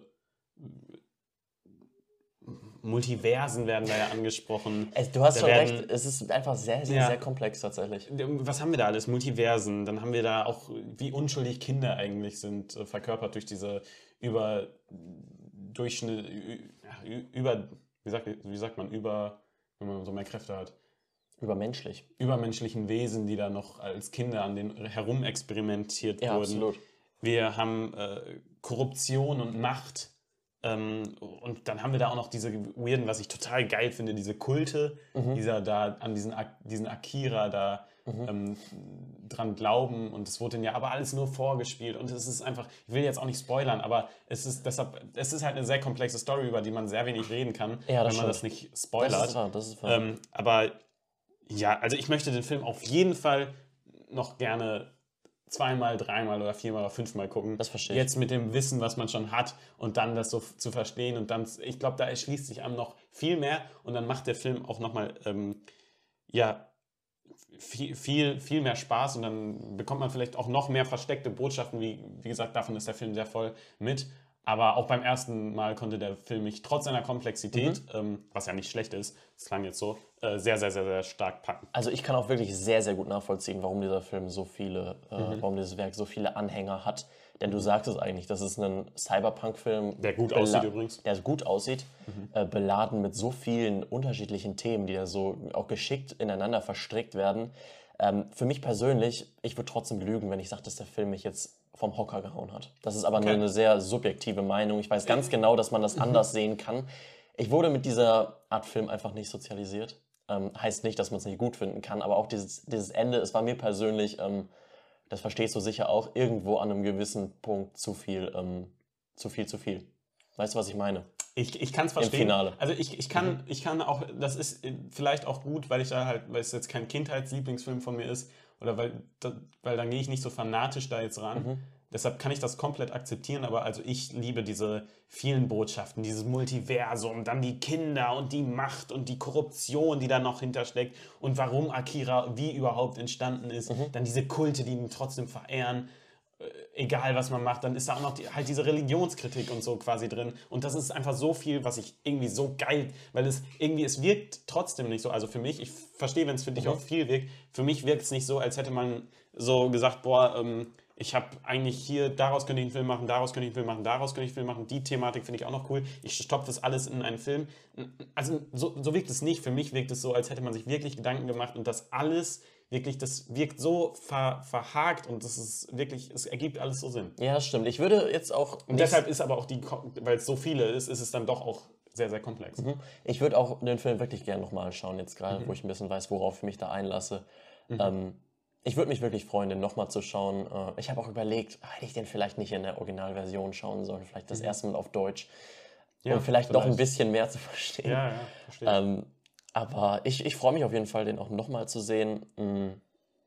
Multiversen werden da ja angesprochen. Es, du hast Da schon werden- recht, es ist einfach sehr, sehr, Ja. sehr komplex tatsächlich. Was haben wir da alles? Multiversen. Dann haben wir da auch, wie unschuldig Kinder eigentlich sind, äh, verkörpert durch diese über Durchschnitt, ü- ja, ü- über, wie sagt, wie sagt man, über, wenn man so mehr Kräfte hat, Übermenschlich. übermenschlichen Wesen, die da noch als Kinder an denen herumexperimentiert Ja, wurden. absolut. Wir haben äh, Korruption und Macht. Ähm, und dann haben wir da auch noch diese weirden, was ich total geil finde, diese Kulte, dieser da an diesen, Ak- diesen Akira da ähm, dran glauben. Und es wurde denen ja aber alles nur vorgespielt. Und es ist einfach, ich will jetzt auch nicht spoilern, aber es ist deshalb, es ist halt eine sehr komplexe Story, über die man sehr wenig reden kann, Ja, das wenn man stimmt. das nicht Das spoilert. ist wahr, das ist wahr. Ähm, aber ja, also ich möchte den Film auf jeden Fall noch gerne zweimal, dreimal oder viermal oder fünfmal gucken. Das verstehe ich. Jetzt mit dem Wissen, was man schon hat und dann das so f- zu verstehen und dann, ich glaube, da erschließt sich einem noch viel mehr und dann macht der Film auch nochmal, ähm, ja, viel, viel, viel mehr Spaß und dann bekommt man vielleicht auch noch mehr versteckte Botschaften, wie, wie gesagt, davon ist der Film sehr voll mit. Aber auch beim ersten Mal konnte der Film mich trotz seiner Komplexität, ähm, was ja nicht schlecht ist, das klang jetzt so, äh, sehr, sehr, sehr, sehr stark packen. Also ich kann auch wirklich sehr, sehr gut nachvollziehen, warum dieser Film so viele, äh, Mhm. warum dieses Werk so viele Anhänger hat. Denn du sagst es eigentlich, das ist ein Cyberpunk-Film. Der gut bela- aussieht übrigens. Der gut aussieht, äh, beladen mit so vielen unterschiedlichen Themen, die da so auch geschickt ineinander verstrickt werden. Ähm, für mich persönlich, ich würde trotzdem lügen, wenn ich sage, dass der Film mich jetzt vom Hocker gehauen hat. Das ist aber nur Okay. eine sehr subjektive Meinung. Ich weiß ganz genau, dass man das anders sehen kann. Ich wurde mit dieser Art Film einfach nicht sozialisiert. Ähm, heißt nicht, dass man es nicht gut finden kann, aber auch dieses, dieses Ende, es war mir persönlich, ähm, das verstehst du sicher auch, irgendwo an einem gewissen Punkt zu viel, ähm, zu viel, zu viel. Weißt du, was ich meine? Ich, ich kann es verstehen. Im Finale. Also ich, ich, kann, Mhm. ich kann auch, das ist vielleicht auch gut, weil ich da halt, weil es jetzt kein Kindheitslieblingsfilm von mir ist oder weil, da, weil dann gehe ich nicht so fanatisch da jetzt ran. Mhm. Deshalb kann ich das komplett akzeptieren, aber also ich liebe diese vielen Botschaften, dieses Multiversum, dann die Kinder und die Macht und die Korruption, die da noch hintersteckt und warum Akira wie überhaupt entstanden ist. Mhm. Dann diese Kulte, die ihn trotzdem verehren. Egal was man macht, dann ist da auch noch die, halt diese Religionskritik und so quasi drin. Und das ist einfach so viel, was ich irgendwie so geil, weil es irgendwie, es wirkt trotzdem nicht so, also für mich, ich verstehe, wenn es für dich Mhm. auch viel wirkt, für mich wirkt es nicht so, als hätte man so gesagt, boah, ähm, ich habe eigentlich hier, daraus könnte ich einen Film machen, daraus könnte ich einen Film machen, daraus könnte ich einen Film machen, die Thematik finde ich auch noch cool, ich stopfe das alles in einen Film. Also so, so wirkt es nicht, für mich wirkt es so, als hätte man sich wirklich Gedanken gemacht und das alles wirklich, das wirkt so ver, verhakt und das ist wirklich, es ergibt alles so Sinn. Ja, das stimmt. Ich würde jetzt auch. Und nicht- deshalb ist aber auch die, weil es so viele ist, ist es dann doch auch sehr, sehr komplex. Mhm. Ich würde auch den Film wirklich gerne nochmal schauen, jetzt gerade, wo ich ein bisschen weiß, worauf ich mich da einlasse. Ähm, ich würde mich wirklich freuen, den nochmal zu schauen. Äh, ich habe auch überlegt, hätte ich den vielleicht nicht in der Originalversion schauen sollen, vielleicht das erste Mal auf Deutsch, Ja, um vielleicht noch ein vielleicht. bisschen mehr zu verstehen. Ja, ja, verstehe. Ähm, aber ich, ich freue mich auf jeden Fall, den auch nochmal zu sehen. Mm.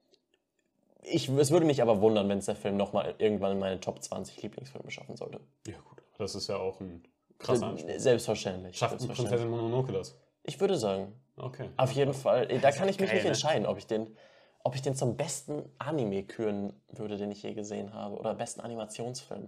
Ich, es würde mich aber wundern, wenn es der Film nochmal irgendwann in meine Top zwanzig Lieblingsfilme schaffen sollte. Ja, gut. Das ist ja auch ein krasser Anspruch. Selbstverständlich. Schafft selbstverständlich. Prinzessin Mononoke das? Ich würde sagen, Okay. auf jeden Fall. Da kann ich mich geil, nicht ne? entscheiden, ob ich den, ob ich den zum besten Anime küren würde, den ich je gesehen habe. Oder besten Animationsfilm.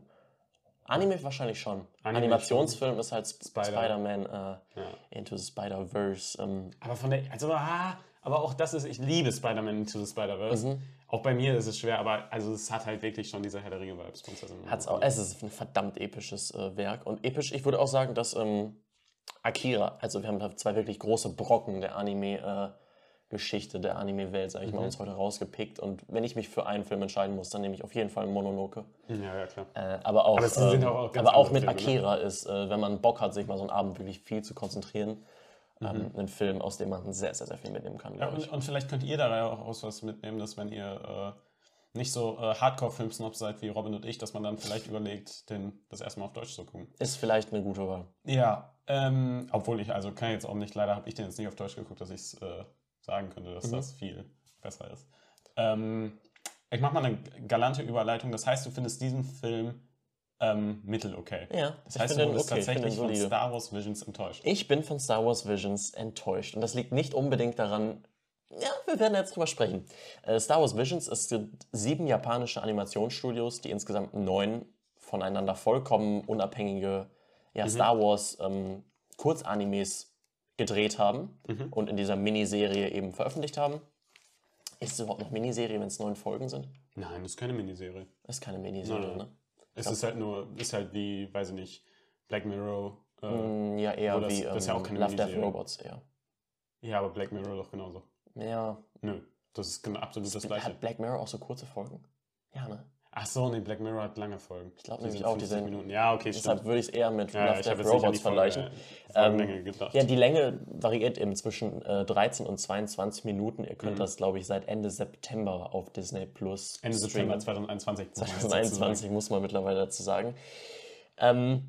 Anime wahrscheinlich schon. Anime Animationsfilm ist halt Sp- Spider. Spider-Man äh, Into the Spider-Verse. Ähm, Aber von der, also, ah, aber auch das ist, ich liebe Spider-Man Into the Spider-Verse. Mhm. Auch bei mir ist es schwer, aber also es hat halt wirklich schon diese Herr der Ringe-Vibes. Prinzessin Mononoke. hat's auch, es ist ein verdammt episches äh, Werk. Und episch, ich würde auch sagen, dass ähm, Akira, also wir haben da zwei wirklich große Brocken der Anime-Geschichte, der Anime-Welt, sage ich mal, uns heute rausgepickt. Und wenn ich mich für einen Film entscheiden muss, dann nehme ich auf jeden Fall Mononoke. Ja, ja, klar. Äh, aber auch, Aber es sind ähm, auch ganz aber auch andere mit Filme, ne? Akira ist, äh, wenn man Bock hat, sich mal so einen Abend wirklich viel zu konzentrieren, Mhm. ähm, ein Film, aus dem man sehr, sehr, sehr viel mitnehmen kann, Ja, glaube ich. und, und vielleicht könnt ihr da auch aus was mitnehmen, dass wenn ihr äh, nicht so äh, Hardcore-Filmsnobs seid wie Robin und ich, dass man dann vielleicht überlegt, den das erste Mal auf Deutsch zu gucken. Ist vielleicht eine gute Wahl. Ja, ähm, obwohl ich, also kann ich jetzt auch nicht, leider habe ich den jetzt nicht auf Deutsch geguckt, dass ich es äh, sagen könnte, dass das viel besser ist. Ähm, ich mache mal eine galante Überleitung. Das heißt, du findest diesen Film ähm, mittel-okay. Ja, Das ich heißt, finde du den wurdest okay, ich finde tatsächlich den von solide. Star Wars Visions enttäuscht. Ich bin von Star Wars Visions enttäuscht. Und das liegt nicht unbedingt daran, ja, wir werden jetzt drüber sprechen. Äh, Star Wars Visions, es gibt sieben japanische Animationsstudios, die insgesamt neun voneinander vollkommen unabhängige ja, Star Wars ähm, Kurzanimes gedreht haben und in dieser Miniserie eben veröffentlicht haben. Ist es überhaupt noch Miniserie, wenn es neun Folgen sind? Nein, das ist keine Miniserie. Das ist keine Miniserie, Nein, nein. ne? Es ist halt nur, ist halt wie, weiß ich nicht, Black Mirror. Äh, Mm, Ja, eher Wo das- wie das ist ja auch keine Love, Death, Miniserie. Robots, eher. Ja, aber Black Mirror doch genauso. Ja, Nö, das ist genau absolut das Gleiche. hat Black Mirror auch so kurze Folgen? Ja, ne? Ach so, nee, Black Mirror hat lange Folgen. Ich glaub nämlich auch, die sind- Minuten. Ja, okay, Deshalb stimmt. würde ich es eher mit Ja, Love, ich habe Death, jetzt nicht an die Robots Folge, vergleichen. äh, Folgenlänge gedacht. Ja, die Länge variiert eben zwischen äh, dreizehn und zweiundzwanzig Minuten. Ihr Mhm. könnt das, glaube ich, seit Ende September auf Disney Plus Ende September streamen. zwanzig einundzwanzig. zwanzig einundzwanzig muss man mittlerweile dazu sagen. Ähm,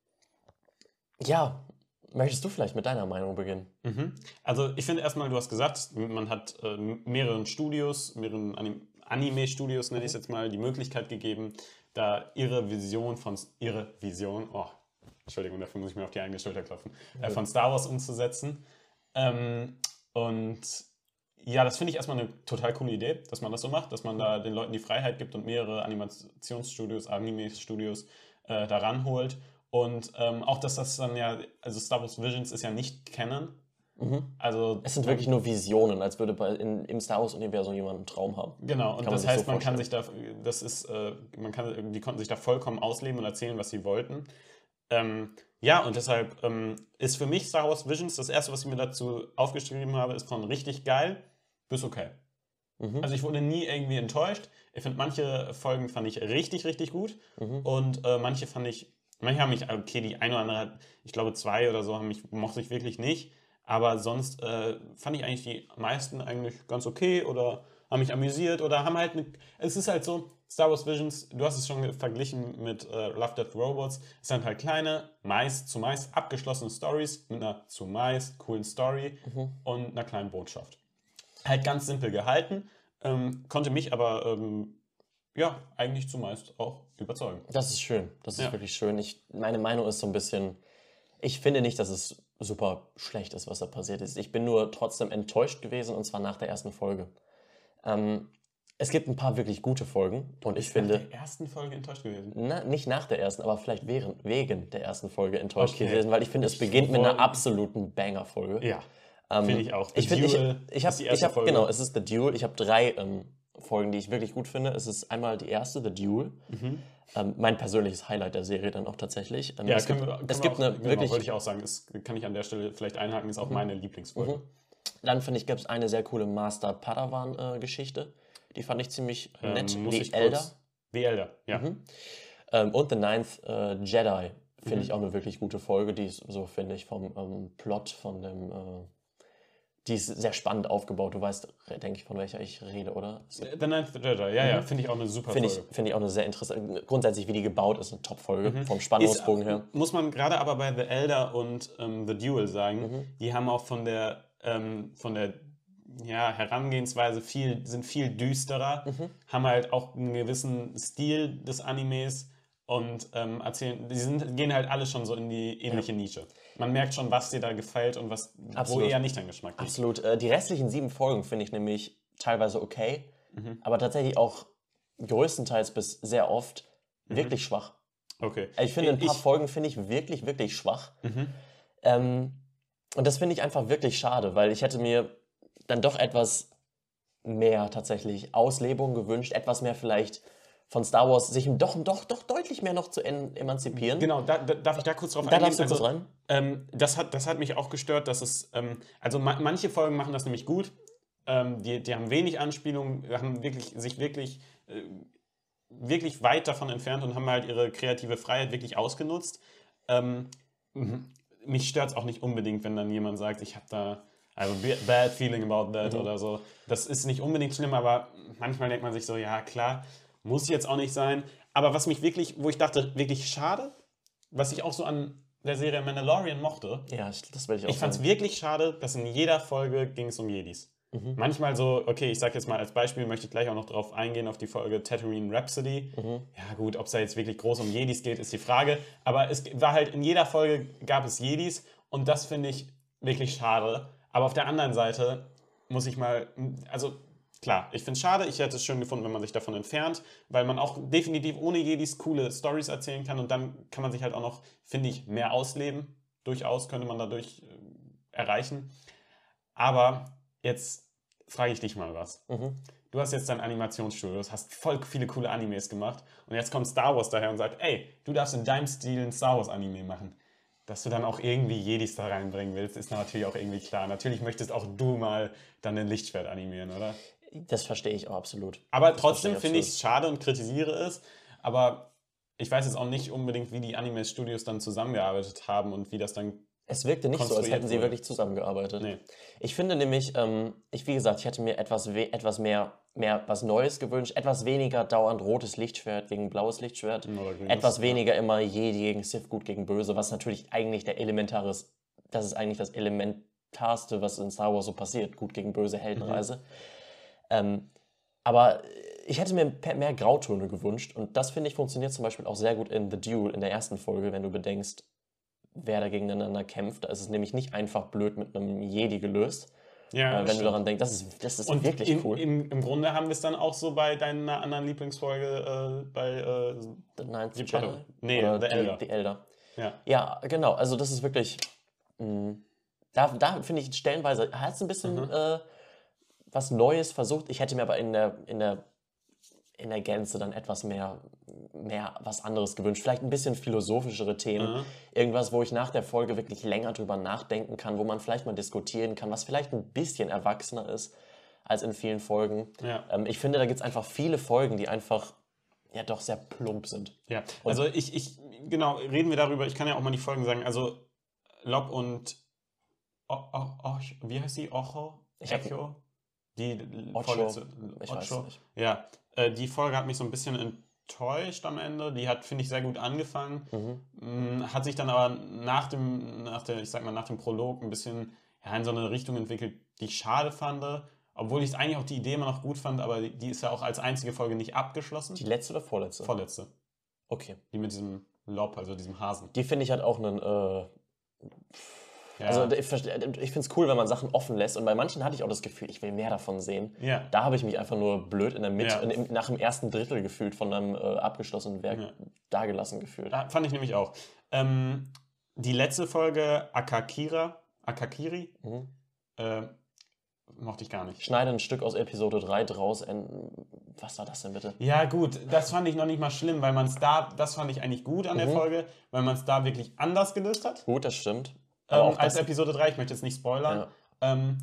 ja, möchtest du vielleicht mit deiner Meinung beginnen? Mhm. Also ich finde erstmal, du hast gesagt, man hat äh, mehreren Studios, mehreren Anim Anime-Studios, nenne ich es jetzt mal, die Möglichkeit gegeben, da ihre Vision von, ihre Vision, oh, Entschuldigung, dafür muss ich mir auf die eigene Schulter klopfen, äh, von Star Wars umzusetzen. Ähm, und ja, das finde ich erstmal eine total coole Idee, dass man das so macht, dass man da den Leuten die Freiheit gibt und mehrere Animationsstudios, Anime-Studios äh, da ranholt. Und ähm, auch, dass das dann ja, also Star Wars Visions ist ja nicht Canon. Also Es sind wirklich nur Visionen, als würde bei, in, im Star Wars-Universum jemand einen Traum haben. Genau, und Kann man das sich heißt, so man kann sich da, das ist, äh, man kann, die konnten sich da vollkommen ausleben und erzählen, was sie wollten. Ähm, ja, und deshalb ähm, ist für mich Star Wars Visions, das erste, was ich mir dazu aufgeschrieben habe, ist von richtig geil bis okay. Mhm. Also ich wurde nie irgendwie enttäuscht. Ich finde, manche Folgen fand ich richtig, richtig gut Mhm. und äh, manche fand ich, manche haben mich, okay, die eine oder andere, ich glaube zwei oder so, haben mich, mochte ich wirklich nicht. Aber sonst äh, fand ich eigentlich die meisten eigentlich ganz okay oder haben mich amüsiert oder haben halt, eine, es ist halt so, Star Wars Visions, du hast es schon verglichen mit äh, Love, Death, Robots. Es sind halt kleine, meist zumeist abgeschlossene Stories mit einer zumeist coolen Story Mhm. und einer kleinen Botschaft. Halt ganz simpel gehalten, ähm, konnte mich aber ähm, ja, eigentlich zumeist auch überzeugen. Das ist schön. Das ist Ja. wirklich schön. Ich, meine Meinung ist so ein bisschen, ich finde nicht, dass es super schlecht ist, was da passiert ist. Ich bin nur trotzdem enttäuscht gewesen, und zwar nach der ersten Folge. Ähm, es gibt ein paar wirklich gute Folgen und ich Nach finde, der ersten Folge enttäuscht gewesen. na, nicht nach der ersten, aber vielleicht während, wegen der ersten Folge enttäuscht Okay. gewesen, weil ich finde, es Ich beginnt mit einer wollte- absoluten Banger-Folge. Ja, Ähm, finde ich auch. The Ich finde, ich, Duel ich habe, ist die ich erste hab, Folge. genau, es ist The Duel. Ich habe drei ähm, Folgen, die ich wirklich gut finde. Es ist einmal die erste, The Duel. Ähm, mein persönliches Highlight der Serie dann auch tatsächlich. Ähm, Ja, es können gibt, wir, können es wir gibt auch, eine genau, wirklich, wollte ich auch sagen, das kann ich an der Stelle vielleicht einhaken, ist auch meine Lieblingsfolge. dann finde ich, gibt es eine sehr coole Master-Padawan-Geschichte. Die fand ich ziemlich nett. Ähm, muss The ich Elder. kurz... The Elder, ja. Ähm, und The Ninth äh, Jedi finde ich auch eine wirklich gute Folge. Die ist so, finde ich, vom ähm, Plot, von dem... Äh, die ist sehr spannend aufgebaut. Du weißt, denke ich, von welcher ich rede, oder? The Ninth Jedi, ja, ja, finde ich auch eine super Finde ich, Folge. find ich auch eine sehr interessante... Grundsätzlich, wie die gebaut ist, eine Top-Folge. Vom Spannungsbogen Ist, her. Muss man gerade aber bei The Elder und ähm, The Duel sagen, Mhm. die haben auch von der, ähm, von der ja, Herangehensweise viel, sind viel düsterer, Mhm. haben halt auch einen gewissen Stil des Animes und ähm, erzählen, die sind, gehen halt alle schon so in die ähnliche Nische. Man merkt schon, was dir da gefällt und was, wo Absolut. eher nicht dein Geschmack liegt. Absolut. Äh, die restlichen sieben Folgen finde ich nämlich teilweise okay, aber tatsächlich auch größtenteils bis sehr oft wirklich schwach. Okay. Ich finde, ein paar Ich- Folgen finde ich wirklich, wirklich schwach. Ähm, und das finde ich einfach wirklich schade, weil ich hätte mir dann doch etwas mehr tatsächlich Auslebung gewünscht, etwas mehr vielleicht von Star Wars, sich doch, doch, doch deutlich mehr noch zu en- emanzipieren. Genau, da, da, darf ich da kurz drauf Da eingehen? darfst du kurz rein. Ähm, das, hat, das hat mich auch gestört, dass es, ähm, also ma manche Folgen machen das nämlich gut, ähm, die, die haben wenig Anspielungen, haben wirklich, sich wirklich, äh, wirklich weit davon entfernt und haben halt ihre kreative Freiheit wirklich ausgenutzt. Ähm, mhm. Mich stört es auch nicht unbedingt, wenn dann jemand sagt, ich habe da also bad feeling about that Mhm. oder so. Das ist nicht unbedingt schlimm, aber manchmal denkt man sich so, ja klar, muss jetzt auch nicht sein. Aber was mich wirklich, wo ich dachte, wirklich schade, was ich auch so an der Serie Mandalorian mochte, Ja, das will ich auch ich fand es sagen. wirklich schade, dass in jeder Folge ging es um Jedis. Mhm. Manchmal so, okay, ich sag jetzt mal als Beispiel, möchte ich gleich auch noch drauf eingehen, auf die Folge Tatooine Rhapsody. Mhm. Ja gut, ob es da jetzt wirklich groß um Jedis geht, ist die Frage. Aber es war halt, in jeder Folge gab es Jedis und das finde ich wirklich schade. Aber auf der anderen Seite muss ich mal, also klar, ich finde es schade, ich hätte es schön gefunden, wenn man sich davon entfernt, weil man auch definitiv ohne Jedis coole Stories erzählen kann und dann kann man sich halt auch noch, finde ich, mehr ausleben. Durchaus könnte man dadurch äh, erreichen. Aber jetzt frage ich dich mal was. Mhm. Du hast jetzt dein Animationsstudio, hast voll viele coole Animes gemacht und jetzt kommt Star Wars daher und sagt, ey, du darfst in deinem Stil ein Star Wars Anime machen. Dass du dann auch irgendwie Jedis da reinbringen willst, ist natürlich auch irgendwie klar. Natürlich möchtest auch du mal dann ein Lichtschwert animieren, oder? Das verstehe ich auch absolut. Aber Das trotzdem verstehe finde ich absolut. es schade und kritisiere es. Aber ich weiß jetzt auch nicht unbedingt, wie die Anime-Studios dann zusammengearbeitet haben und wie das dann... Es wirkte nicht so, als konstruiert hätten sie wurde. wirklich zusammengearbeitet. Nee. Ich finde nämlich, ähm, ich, wie gesagt, ich hätte mir etwas, we- etwas mehr, mehr was Neues gewünscht, etwas weniger dauernd rotes Lichtschwert gegen blaues Lichtschwert, Oder grünes, etwas ja. weniger immer Jedi gegen Sith, gut gegen böse, was natürlich eigentlich der elementare ist, das ist eigentlich das Elementarste, was in Star Wars so passiert, gut gegen böse Heldenreise. Ähm, aber ich hätte mir pe- mehr Grautöne gewünscht und das, finde ich, funktioniert zum Beispiel auch sehr gut in The Duel, in der ersten Folge, wenn du bedenkst, wer da gegeneinander kämpft. Da ist es nämlich nicht einfach blöd mit einem Jedi gelöst. Ja, Äh, wenn stimmt. du daran denkst, das ist, das ist Und wirklich im, cool. im, im Grunde haben wir es dann auch so bei deiner anderen Lieblingsfolge, äh, bei äh, The Ninth die Jedi? Pardon. Nee, Oder The die, Elder. Die Elder. ja. Ja, genau. Also das ist wirklich... Mh, da da finde ich stellenweise, hat es ein bisschen Mhm. äh, was Neues versucht. Ich hätte mir aber in der, in der, in der Gänze dann etwas mehr, mehr was anderes gewünscht. Vielleicht ein bisschen philosophischere Themen. Mhm. Irgendwas, wo ich nach der Folge wirklich länger drüber nachdenken kann, wo man vielleicht mal diskutieren kann, was vielleicht ein bisschen erwachsener ist als in vielen Folgen. Ja. Ähm, ich finde, da gibt es einfach viele Folgen, die einfach ja doch sehr plump sind. Ja, also ich, ich, genau, reden wir darüber, ich kann ja auch mal die Folgen sagen, also Lob und, o, o, o, wie heißt die, Ocho? Ich hab- Echo? Die Ocho, vorletzte, ich weiß Ocho? nicht. Ja, Äh, die Folge hat mich so ein bisschen enttäuscht am Ende. Die hat, finde ich, sehr gut angefangen. Mhm. Hat sich dann aber nach dem, nach der, ich sag mal, nach dem Prolog ein bisschen ja, in so eine Richtung entwickelt, die ich schade fand. Obwohl ich eigentlich auch die Idee immer noch gut fand, aber die ist ja auch als einzige Folge nicht abgeschlossen. Die letzte oder vorletzte? Vorletzte. Okay. Die mit diesem Lob, also diesem Hasen. Die finde ich halt auch einen... Äh, ja. Also ich, ich finde es cool, wenn man Sachen offen lässt. Und bei manchen hatte ich auch das Gefühl, ich will mehr davon sehen. Ja. Da habe ich mich einfach nur blöd in der Mitte, Ja. in, nach dem ersten Drittel gefühlt von einem äh, abgeschlossenen Werk Ja. dagelassen gefühlt. Da fand ich nämlich auch. Ähm, die letzte Folge, Akakira, Akakiri, Mhm. äh, mochte ich gar nicht. Schneide ein Stück aus Episode drei draus. En, was war das denn bitte? Ja gut, das fand ich noch nicht mal schlimm, weil man es da, das fand ich eigentlich gut an Mhm. der Folge, weil man es da wirklich anders gelöst hat. Gut, das stimmt. Ähm, auch als das- Episode drei, ich möchte jetzt nicht spoilern. Ja. Ähm,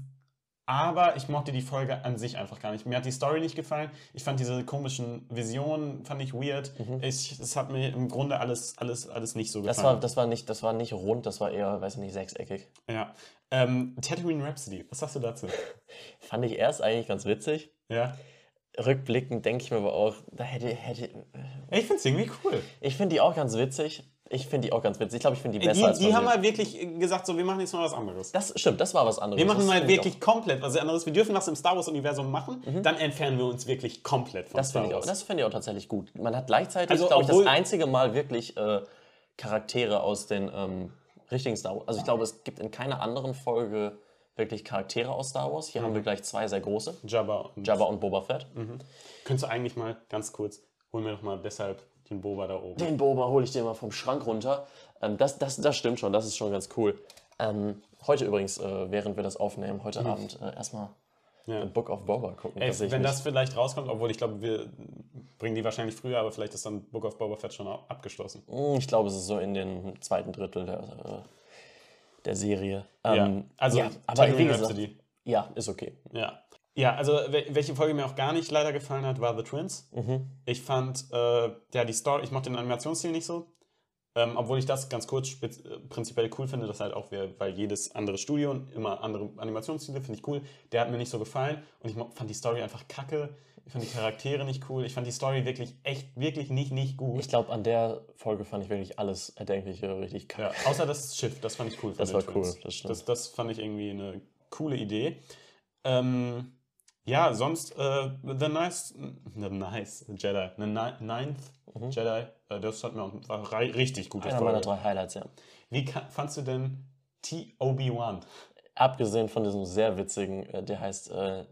aber ich mochte die Folge an sich einfach gar nicht. Mir hat die Story nicht gefallen. Ich fand diese komischen Visionen, fand ich weird. Mhm. Ich, es hat mir im Grunde alles, alles, alles nicht so gefallen. Das war, das, war nicht, das war nicht rund, das war eher, weiß ich nicht, sechseckig. Ja. Ähm, Tatooine Rhapsody, was sagst du dazu? Fand ich erst eigentlich ganz witzig. Ja. Rückblickend denke ich mir aber auch, da hätte, hätte Ich finde es irgendwie cool. ich finde die auch ganz witzig. Ich finde die auch ganz witzig. Ich glaube, ich finde die besser Die, als die man haben will. mal wirklich gesagt, so, wir machen jetzt mal was anderes. Das stimmt, das war was anderes. Wir machen Das mal finde ich wirklich komplett was anderes. Wir dürfen was im Star Wars-Universum machen, dann entfernen wir uns wirklich komplett von Das Star finde ich, auch- Wars. das finde ich auch tatsächlich gut. Man hat gleichzeitig, Also, glaube ich, das obwohl- einzige Mal wirklich äh, Charaktere aus den ähm, richtigen Star Wars. Also ich glaube, es gibt in keiner anderen Folge wirklich Charaktere aus Star Wars. Hier haben wir gleich zwei sehr große. Jabba und Jabba und Boba Fett. Könntest du eigentlich mal ganz kurz, hol mir doch mal deshalb den Boba da oben. Den Boba hole ich dir mal vom Schrank runter. Ähm, das, das, das stimmt schon, das ist schon ganz cool. Ähm, heute übrigens, äh, während wir das aufnehmen, heute Abend äh, erstmal Ja. The Book of Boba gucken. Ey, tatsächlich. wenn das vielleicht rauskommt, obwohl ich glaube, wir bringen die wahrscheinlich früher, aber vielleicht ist dann Book of Boba Fett schon au- abgeschlossen. Mm, Ich glaube, es ist so in den zweiten Drittel der, äh, der Serie. Ja, Ähm, also ja, aber wie Tatooine gesagt, Rhapsody. ja, ist okay. Ja. Ja, also wel- welche Folge mir auch gar nicht leider gefallen hat, war The Twins. Mhm. Ich fand, äh, ja, die Story, ich mochte den Animationsstil nicht so. Ähm, obwohl ich das ganz kurz spez- äh, prinzipiell cool finde, das halt auch, wir, weil jedes andere Studio immer andere Animationsstile, finde ich cool. Der hat mir nicht so gefallen und ich mo- fand die Story einfach kacke. Ich fand die Charaktere nicht cool. Ich fand die Story wirklich echt, wirklich nicht, nicht gut. Ich glaube, an der Folge fand ich wirklich alles Erdenkliche richtig kacke. Ja, außer das Schiff, das fand ich cool. Von Das den war Twins. cool, das stimmt. Das, das fand ich irgendwie eine coole Idee. Ähm, ja, sonst äh, The Nice, The Nice Jedi, The Ni- Ninth Jedi, äh, das hat mir auch, war rei- richtig gute Einer meiner Folge. drei Highlights, ja. Wie ka- fandst du denn T Obi-Wan? Abgesehen von diesem sehr witzigen, äh, der heißt äh,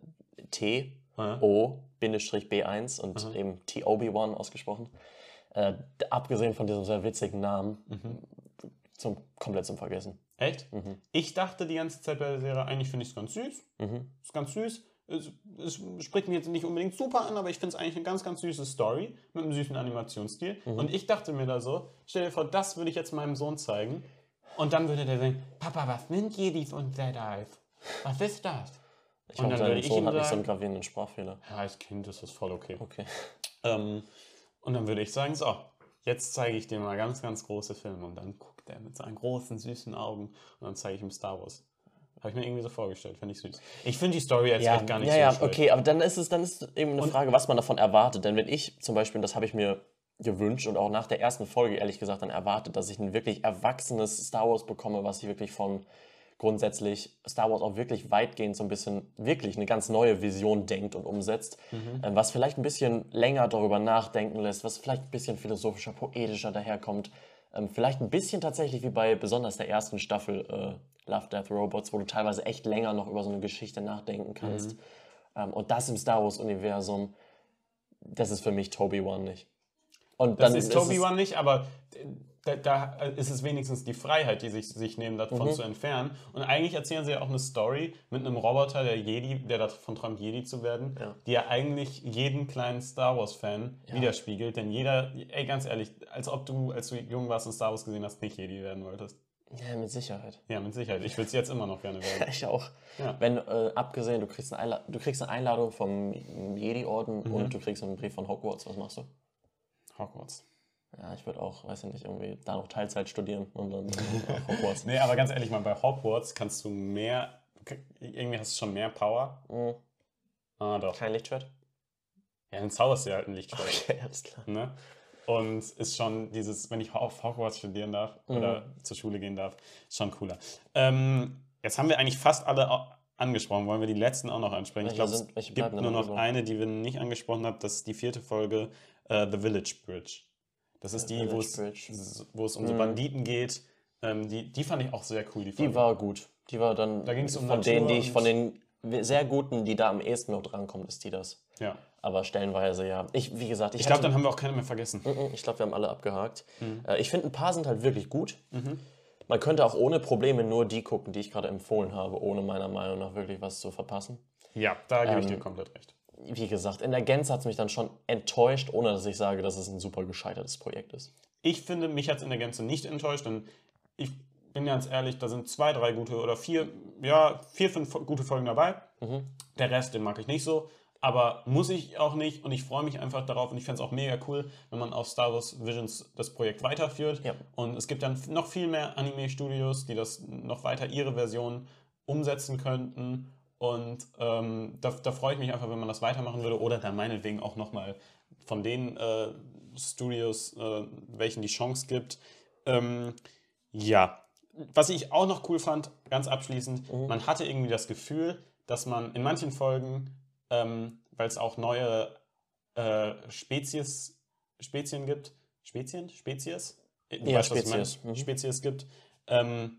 T O B eins und eben T Obi-Wan ausgesprochen. Äh, d- abgesehen von diesem sehr witzigen Namen, zum, komplett zum Vergessen. Echt? Ich dachte die ganze Zeit bei der Serie, eigentlich finde ich es ganz süß. Ist ganz süß. Es, es spricht mich jetzt nicht unbedingt super an, aber ich finde es eigentlich eine ganz, ganz süße Story mit einem süßen Animationsstil. Und ich dachte mir da so, stell dir vor, das würde ich jetzt meinem Sohn zeigen. Und dann würde der sagen, Papa, was sind Jedis und Jedis? Was ist das? Ich Und hoffe, dann dein würde ich Sohn ihm hat nicht so einen sagen, gravierenden Sprachfehler. ja, als Kind ist das voll okay. Okay. Ähm, und dann würde ich sagen, so, jetzt zeige ich dir mal ganz, ganz große Filme. Und dann guckt er mit seinen großen, süßen Augen und dann zeige ich ihm Star Wars. Habe ich mir irgendwie so vorgestellt, finde ich süß. Ich finde die Story jetzt Ja, echt gar nicht ja, so ja, schlecht. okay, aber dann ist es dann ist eben eine Frage, was man davon erwartet. Denn wenn ich zum Beispiel, das habe ich mir gewünscht und auch nach der ersten Folge ehrlich gesagt dann erwartet, dass ich ein wirklich erwachsenes Star Wars bekomme, was ich wirklich von grundsätzlich Star Wars auch wirklich weitgehend so ein bisschen wirklich eine ganz neue Vision denkt und umsetzt, ähm, was vielleicht ein bisschen länger darüber nachdenken lässt, was vielleicht ein bisschen philosophischer, poetischer daherkommt, ähm, vielleicht ein bisschen tatsächlich wie bei besonders der ersten Staffel äh, Love, Death, Robots, wo du teilweise echt länger noch über so eine Geschichte nachdenken kannst. Ähm, und das im Star Wars-Universum, das ist für mich Toby-Wan nicht. Und Das dann ist es- Tobi-Wan nicht, aber da, da ist es wenigstens die Freiheit, die sich, sich nehmen, davon Mhm. zu entfernen. Und eigentlich erzählen sie ja auch eine Story mit einem Roboter, der Jedi, der davon träumt, Jedi zu werden, Ja. die ja eigentlich jeden kleinen Star Wars-Fan widerspiegelt. Denn jeder, ey, ganz ehrlich, als ob du, als du jung warst und Star Wars gesehen hast, nicht Jedi werden wolltest. Ja, mit Sicherheit. Ja, mit Sicherheit. Ich will es jetzt immer noch gerne werden. Ich auch. Ja. Wenn, äh, abgesehen, du kriegst, eine Einla- du kriegst eine Einladung vom Jedi-Orden Mhm. und du kriegst einen Brief von Hogwarts, was machst du? Hogwarts. Ja, ich würde auch, weiß ich nicht, irgendwie da noch Teilzeit studieren und dann nach Hogwarts. Nee, aber ganz ehrlich, mal bei Hogwarts kannst du mehr, irgendwie hast du schon mehr Power. Mhm. Ah, doch. Kein Lichtschwert? Ja, dann zauberst du ja halt ein Lichtschwert. Okay, alles klar. Ne? Und ist schon dieses, wenn ich auf Hogwarts studieren darf Mhm. oder zur Schule gehen darf, ist schon cooler. Ähm, jetzt haben wir eigentlich fast alle au- angesprochen. Wollen wir die letzten auch noch ansprechen? Ich Welche glaube, es sind- welche gibt bleiben denn nur noch noch über? eine, die wir nicht angesprochen haben. Das ist die vierte Folge, äh, The Village Bridge. Das ist The die, wo Village es, Bridge. wo es um so Mhm. Banditen geht. Ähm, die, die fand ich auch sehr cool, die Folge. Die war gut. Die war dann Da ging's um von Natur denen, die ich, und- von den sehr guten, die da am ehesten noch drankommen, ist die das. Ja. Aber stellenweise ja. Ich, wie gesagt, ich, Ich glaube, hätte- dann haben wir auch keine mehr vergessen. Mhm, ich glaube, wir haben alle abgehakt. Mhm. Äh, Ich finde, ein paar sind halt wirklich gut. Man könnte auch ohne Probleme nur die gucken, die ich gerade empfohlen habe, ohne meiner Meinung nach wirklich was zu verpassen. Ja, da gebe ich Ähm, dir komplett recht. Wie gesagt, in der Gänze hat es mich dann schon enttäuscht, ohne dass ich sage, dass es ein super gescheitertes Projekt ist. Ich finde, mich hat es in der Gänze nicht enttäuscht, denn ich bin ganz ehrlich, da sind zwei, drei gute oder vier, ja, vier, fünf gute Folgen dabei. Der Rest, den mag ich nicht so, aber muss ich auch nicht und ich freue mich einfach darauf und ich fände es auch mega cool, wenn man auf Star Wars Visions das Projekt weiterführt. Ja. Und es gibt dann noch viel mehr Anime-Studios, die das noch weiter ihre Version umsetzen könnten. Und ähm, da, da freue ich mich einfach, wenn man das weitermachen würde oder dann meinetwegen auch nochmal von den äh, Studios, äh, welchen die Chance gibt. Ähm, ja, was ich auch noch cool fand, ganz abschließend, man hatte irgendwie das Gefühl, dass man in manchen Folgen, ähm, weil es auch neue äh, Spezies, Spezien gibt, Spezien? Spezies? Du Ja, weißt, was ich meine? Spezies. Mhm. Spezies gibt. Ähm,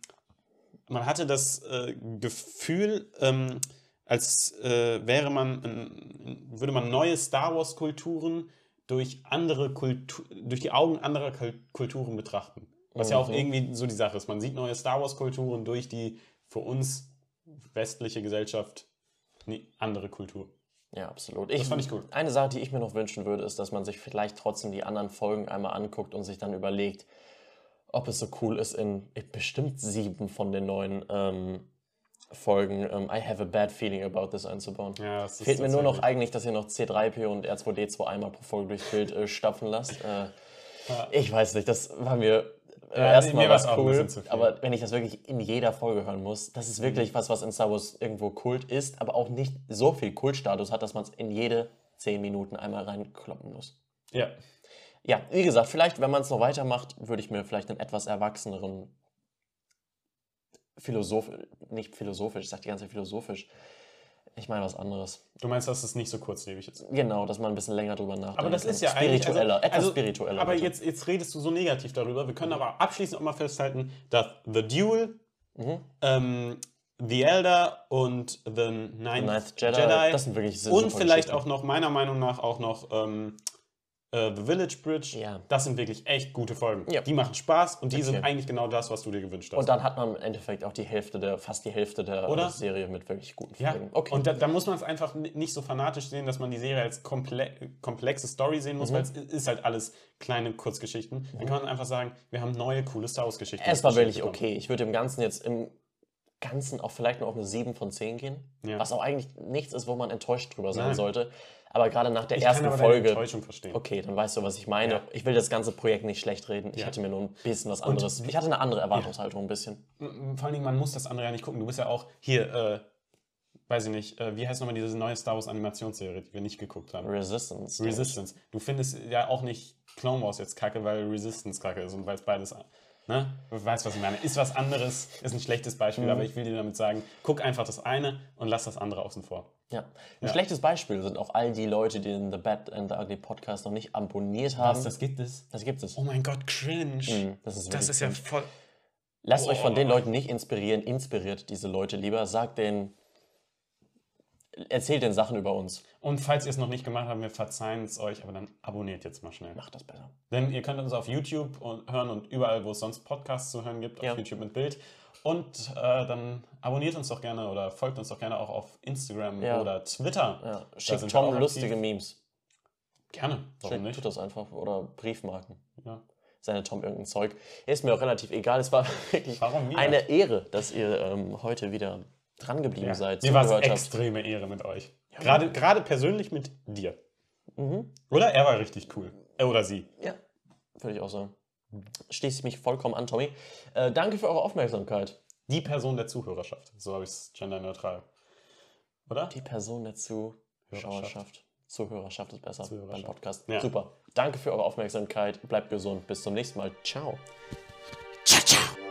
man hatte das äh, Gefühl, ähm, als äh, wäre man, ein, würde man neue Star Wars Kulturen durch andere Kultur, durch die Augen anderer Kul- Kulturen betrachten. Was ja auch Mhm. irgendwie so die Sache ist. Man sieht neue Star Wars Kulturen durch die für uns westliche Gesellschaft nee, andere Kultur. Ja, absolut. Das fand ich cool. Eine Sache, die ich mir noch wünschen würde, ist, dass man sich vielleicht trotzdem die anderen Folgen einmal anguckt und sich dann überlegt, ob es so cool ist, in bestimmt sieben von den neuen ähm, Folgen ähm, I have a bad feeling about this einzubauen. Ja, das ist Fehlt mir nur noch tatsächlich- eigentlich, dass ihr noch C drei P O und R zwei D zwei einmal pro Folge durchs Bild äh, stapfen lasst. Äh, Ich weiß nicht, das war mir äh, Ja, erstmal mir war's was auch ein cool, bisschen zu viel. aber wenn ich das wirklich in jeder Folge hören muss, das ist wirklich was, was in Star Wars irgendwo Kult ist, aber auch nicht so viel Kultstatus hat, dass man es in jede zehn Minuten einmal reinkloppen muss. Ja. Ja, wie gesagt, vielleicht, wenn man es noch weitermacht, würde ich mir vielleicht einen etwas erwachseneren Philosoph... nicht philosophisch, ich sag die ganze Zeit philosophisch. Ich meine was anderes. Du meinst, das ist nicht so kurzlebig jetzt? Genau, dass man ein bisschen länger drüber nachdenkt. Aber das ist ja eigentlich... spiritueller, also, etwas also, spiritueller. Aber bitte. jetzt, jetzt redest du so negativ darüber. Wir können aber abschließend auch mal festhalten, dass The Duel, Mhm. ähm, The Elder und The Ninth, Ninth Jedi, Jedi, das sind wirklich sehr und super vielleicht Geschichten. auch noch, meiner Meinung nach, auch noch ähm, äh, The Village Bridge. Ja. Das sind wirklich echt gute Folgen. Ja. Die machen Spaß und die Okay. sind eigentlich genau das, was du dir gewünscht hast. Und dann hat man im Endeffekt auch die Hälfte der, fast die Hälfte der Oder? Serie mit wirklich guten Ja, Folgen. Okay. und da, da muss man es einfach ni- nicht so fanatisch sehen, dass man die Serie als komple komplexe Story sehen Mhm. muss, weil es i- ist halt alles kleine Kurzgeschichten. Dann kann man einfach sagen, wir haben neue, coole Star Wars-Geschichten. es war gestellt wirklich bekommen. okay. Ich würde im Ganzen jetzt im Ganzen auch vielleicht nur auf eine sieben von zehn gehen. Ja. Was auch eigentlich nichts ist, wo man enttäuscht drüber sein Nein. sollte. Aber gerade nach der Ich ersten kann aber deine Folge. Enttäuschung verstehen. Okay, dann weißt du, was ich meine. Ja. Ich will das ganze Projekt nicht schlecht reden. Ich Ja. hatte mir nur ein bisschen was anderes. Ich hatte eine andere Erwartungshaltung ein bisschen. M- Vor allen Dingen, man muss das andere ja nicht gucken. Du bist ja auch hier, äh, weiß ich nicht, äh, wie heißt nochmal diese neue Star Wars Animationsserie, die wir nicht geguckt haben? Resistance. Resistance. Du findest ja auch nicht Clone Wars jetzt kacke, weil Resistance kacke ist und weil es beides, ne? Du weißt, was ich meine. Ist was anderes, ist ein schlechtes Beispiel, Mhm. aber ich will dir damit sagen, guck einfach das eine und lass das andere außen vor. Ja. Ein Ja. schlechtes Beispiel sind auch all die Leute, die den The Bad and the Ugly Podcast noch nicht abonniert haben. das gibt es? Das gibt es. Oh mein Gott, cringe. Mhm, das ist das wirklich ist ja cringe. voll... Lasst euch von Oh. den Leuten nicht inspirieren, inspiriert diese Leute lieber. Sagt denen, erzählt den Sachen über uns. Und falls ihr es noch nicht gemacht habt, wir verzeihen es euch, aber dann abonniert jetzt mal schnell. Macht das besser. Denn ihr könnt uns auf YouTube und hören und überall, wo es sonst Podcasts zu hören gibt, auf Ja. YouTube mit Bild. Und äh, dann abonniert uns doch gerne oder folgt uns doch gerne auch auf Instagram Ja. oder Twitter. Ja. Da Schickt sind wir auch Tom aktiv. lustige Memes. Gerne, warum Schickt, nicht? tut das einfach. Oder Briefmarken. Ja. Seine Tom irgendein Zeug. Ist mir auch relativ egal. Es war wirklich Warum mir? eine Ehre, dass ihr ähm, heute wieder dran geblieben Ja. seid. Mir war es zugehört habt. extreme Ehre mit euch. Gerade, gerade persönlich mit dir. Mhm. Oder? Er war richtig cool. Er oder sie. Ja, würde ich auch sagen. Schließe ich mich vollkommen an, Tommy. Äh, danke für eure Aufmerksamkeit. Die Person der Zuhörerschaft. So habe ich es genderneutral. Oder? Die Person der Zuschauerschaft. Zuhörerschaft ist besser beim Zuhörerschaft. Podcast. Ja. Super. Danke für eure Aufmerksamkeit. Bleibt gesund. Bis zum nächsten Mal. Ciao. Ciao, ciao.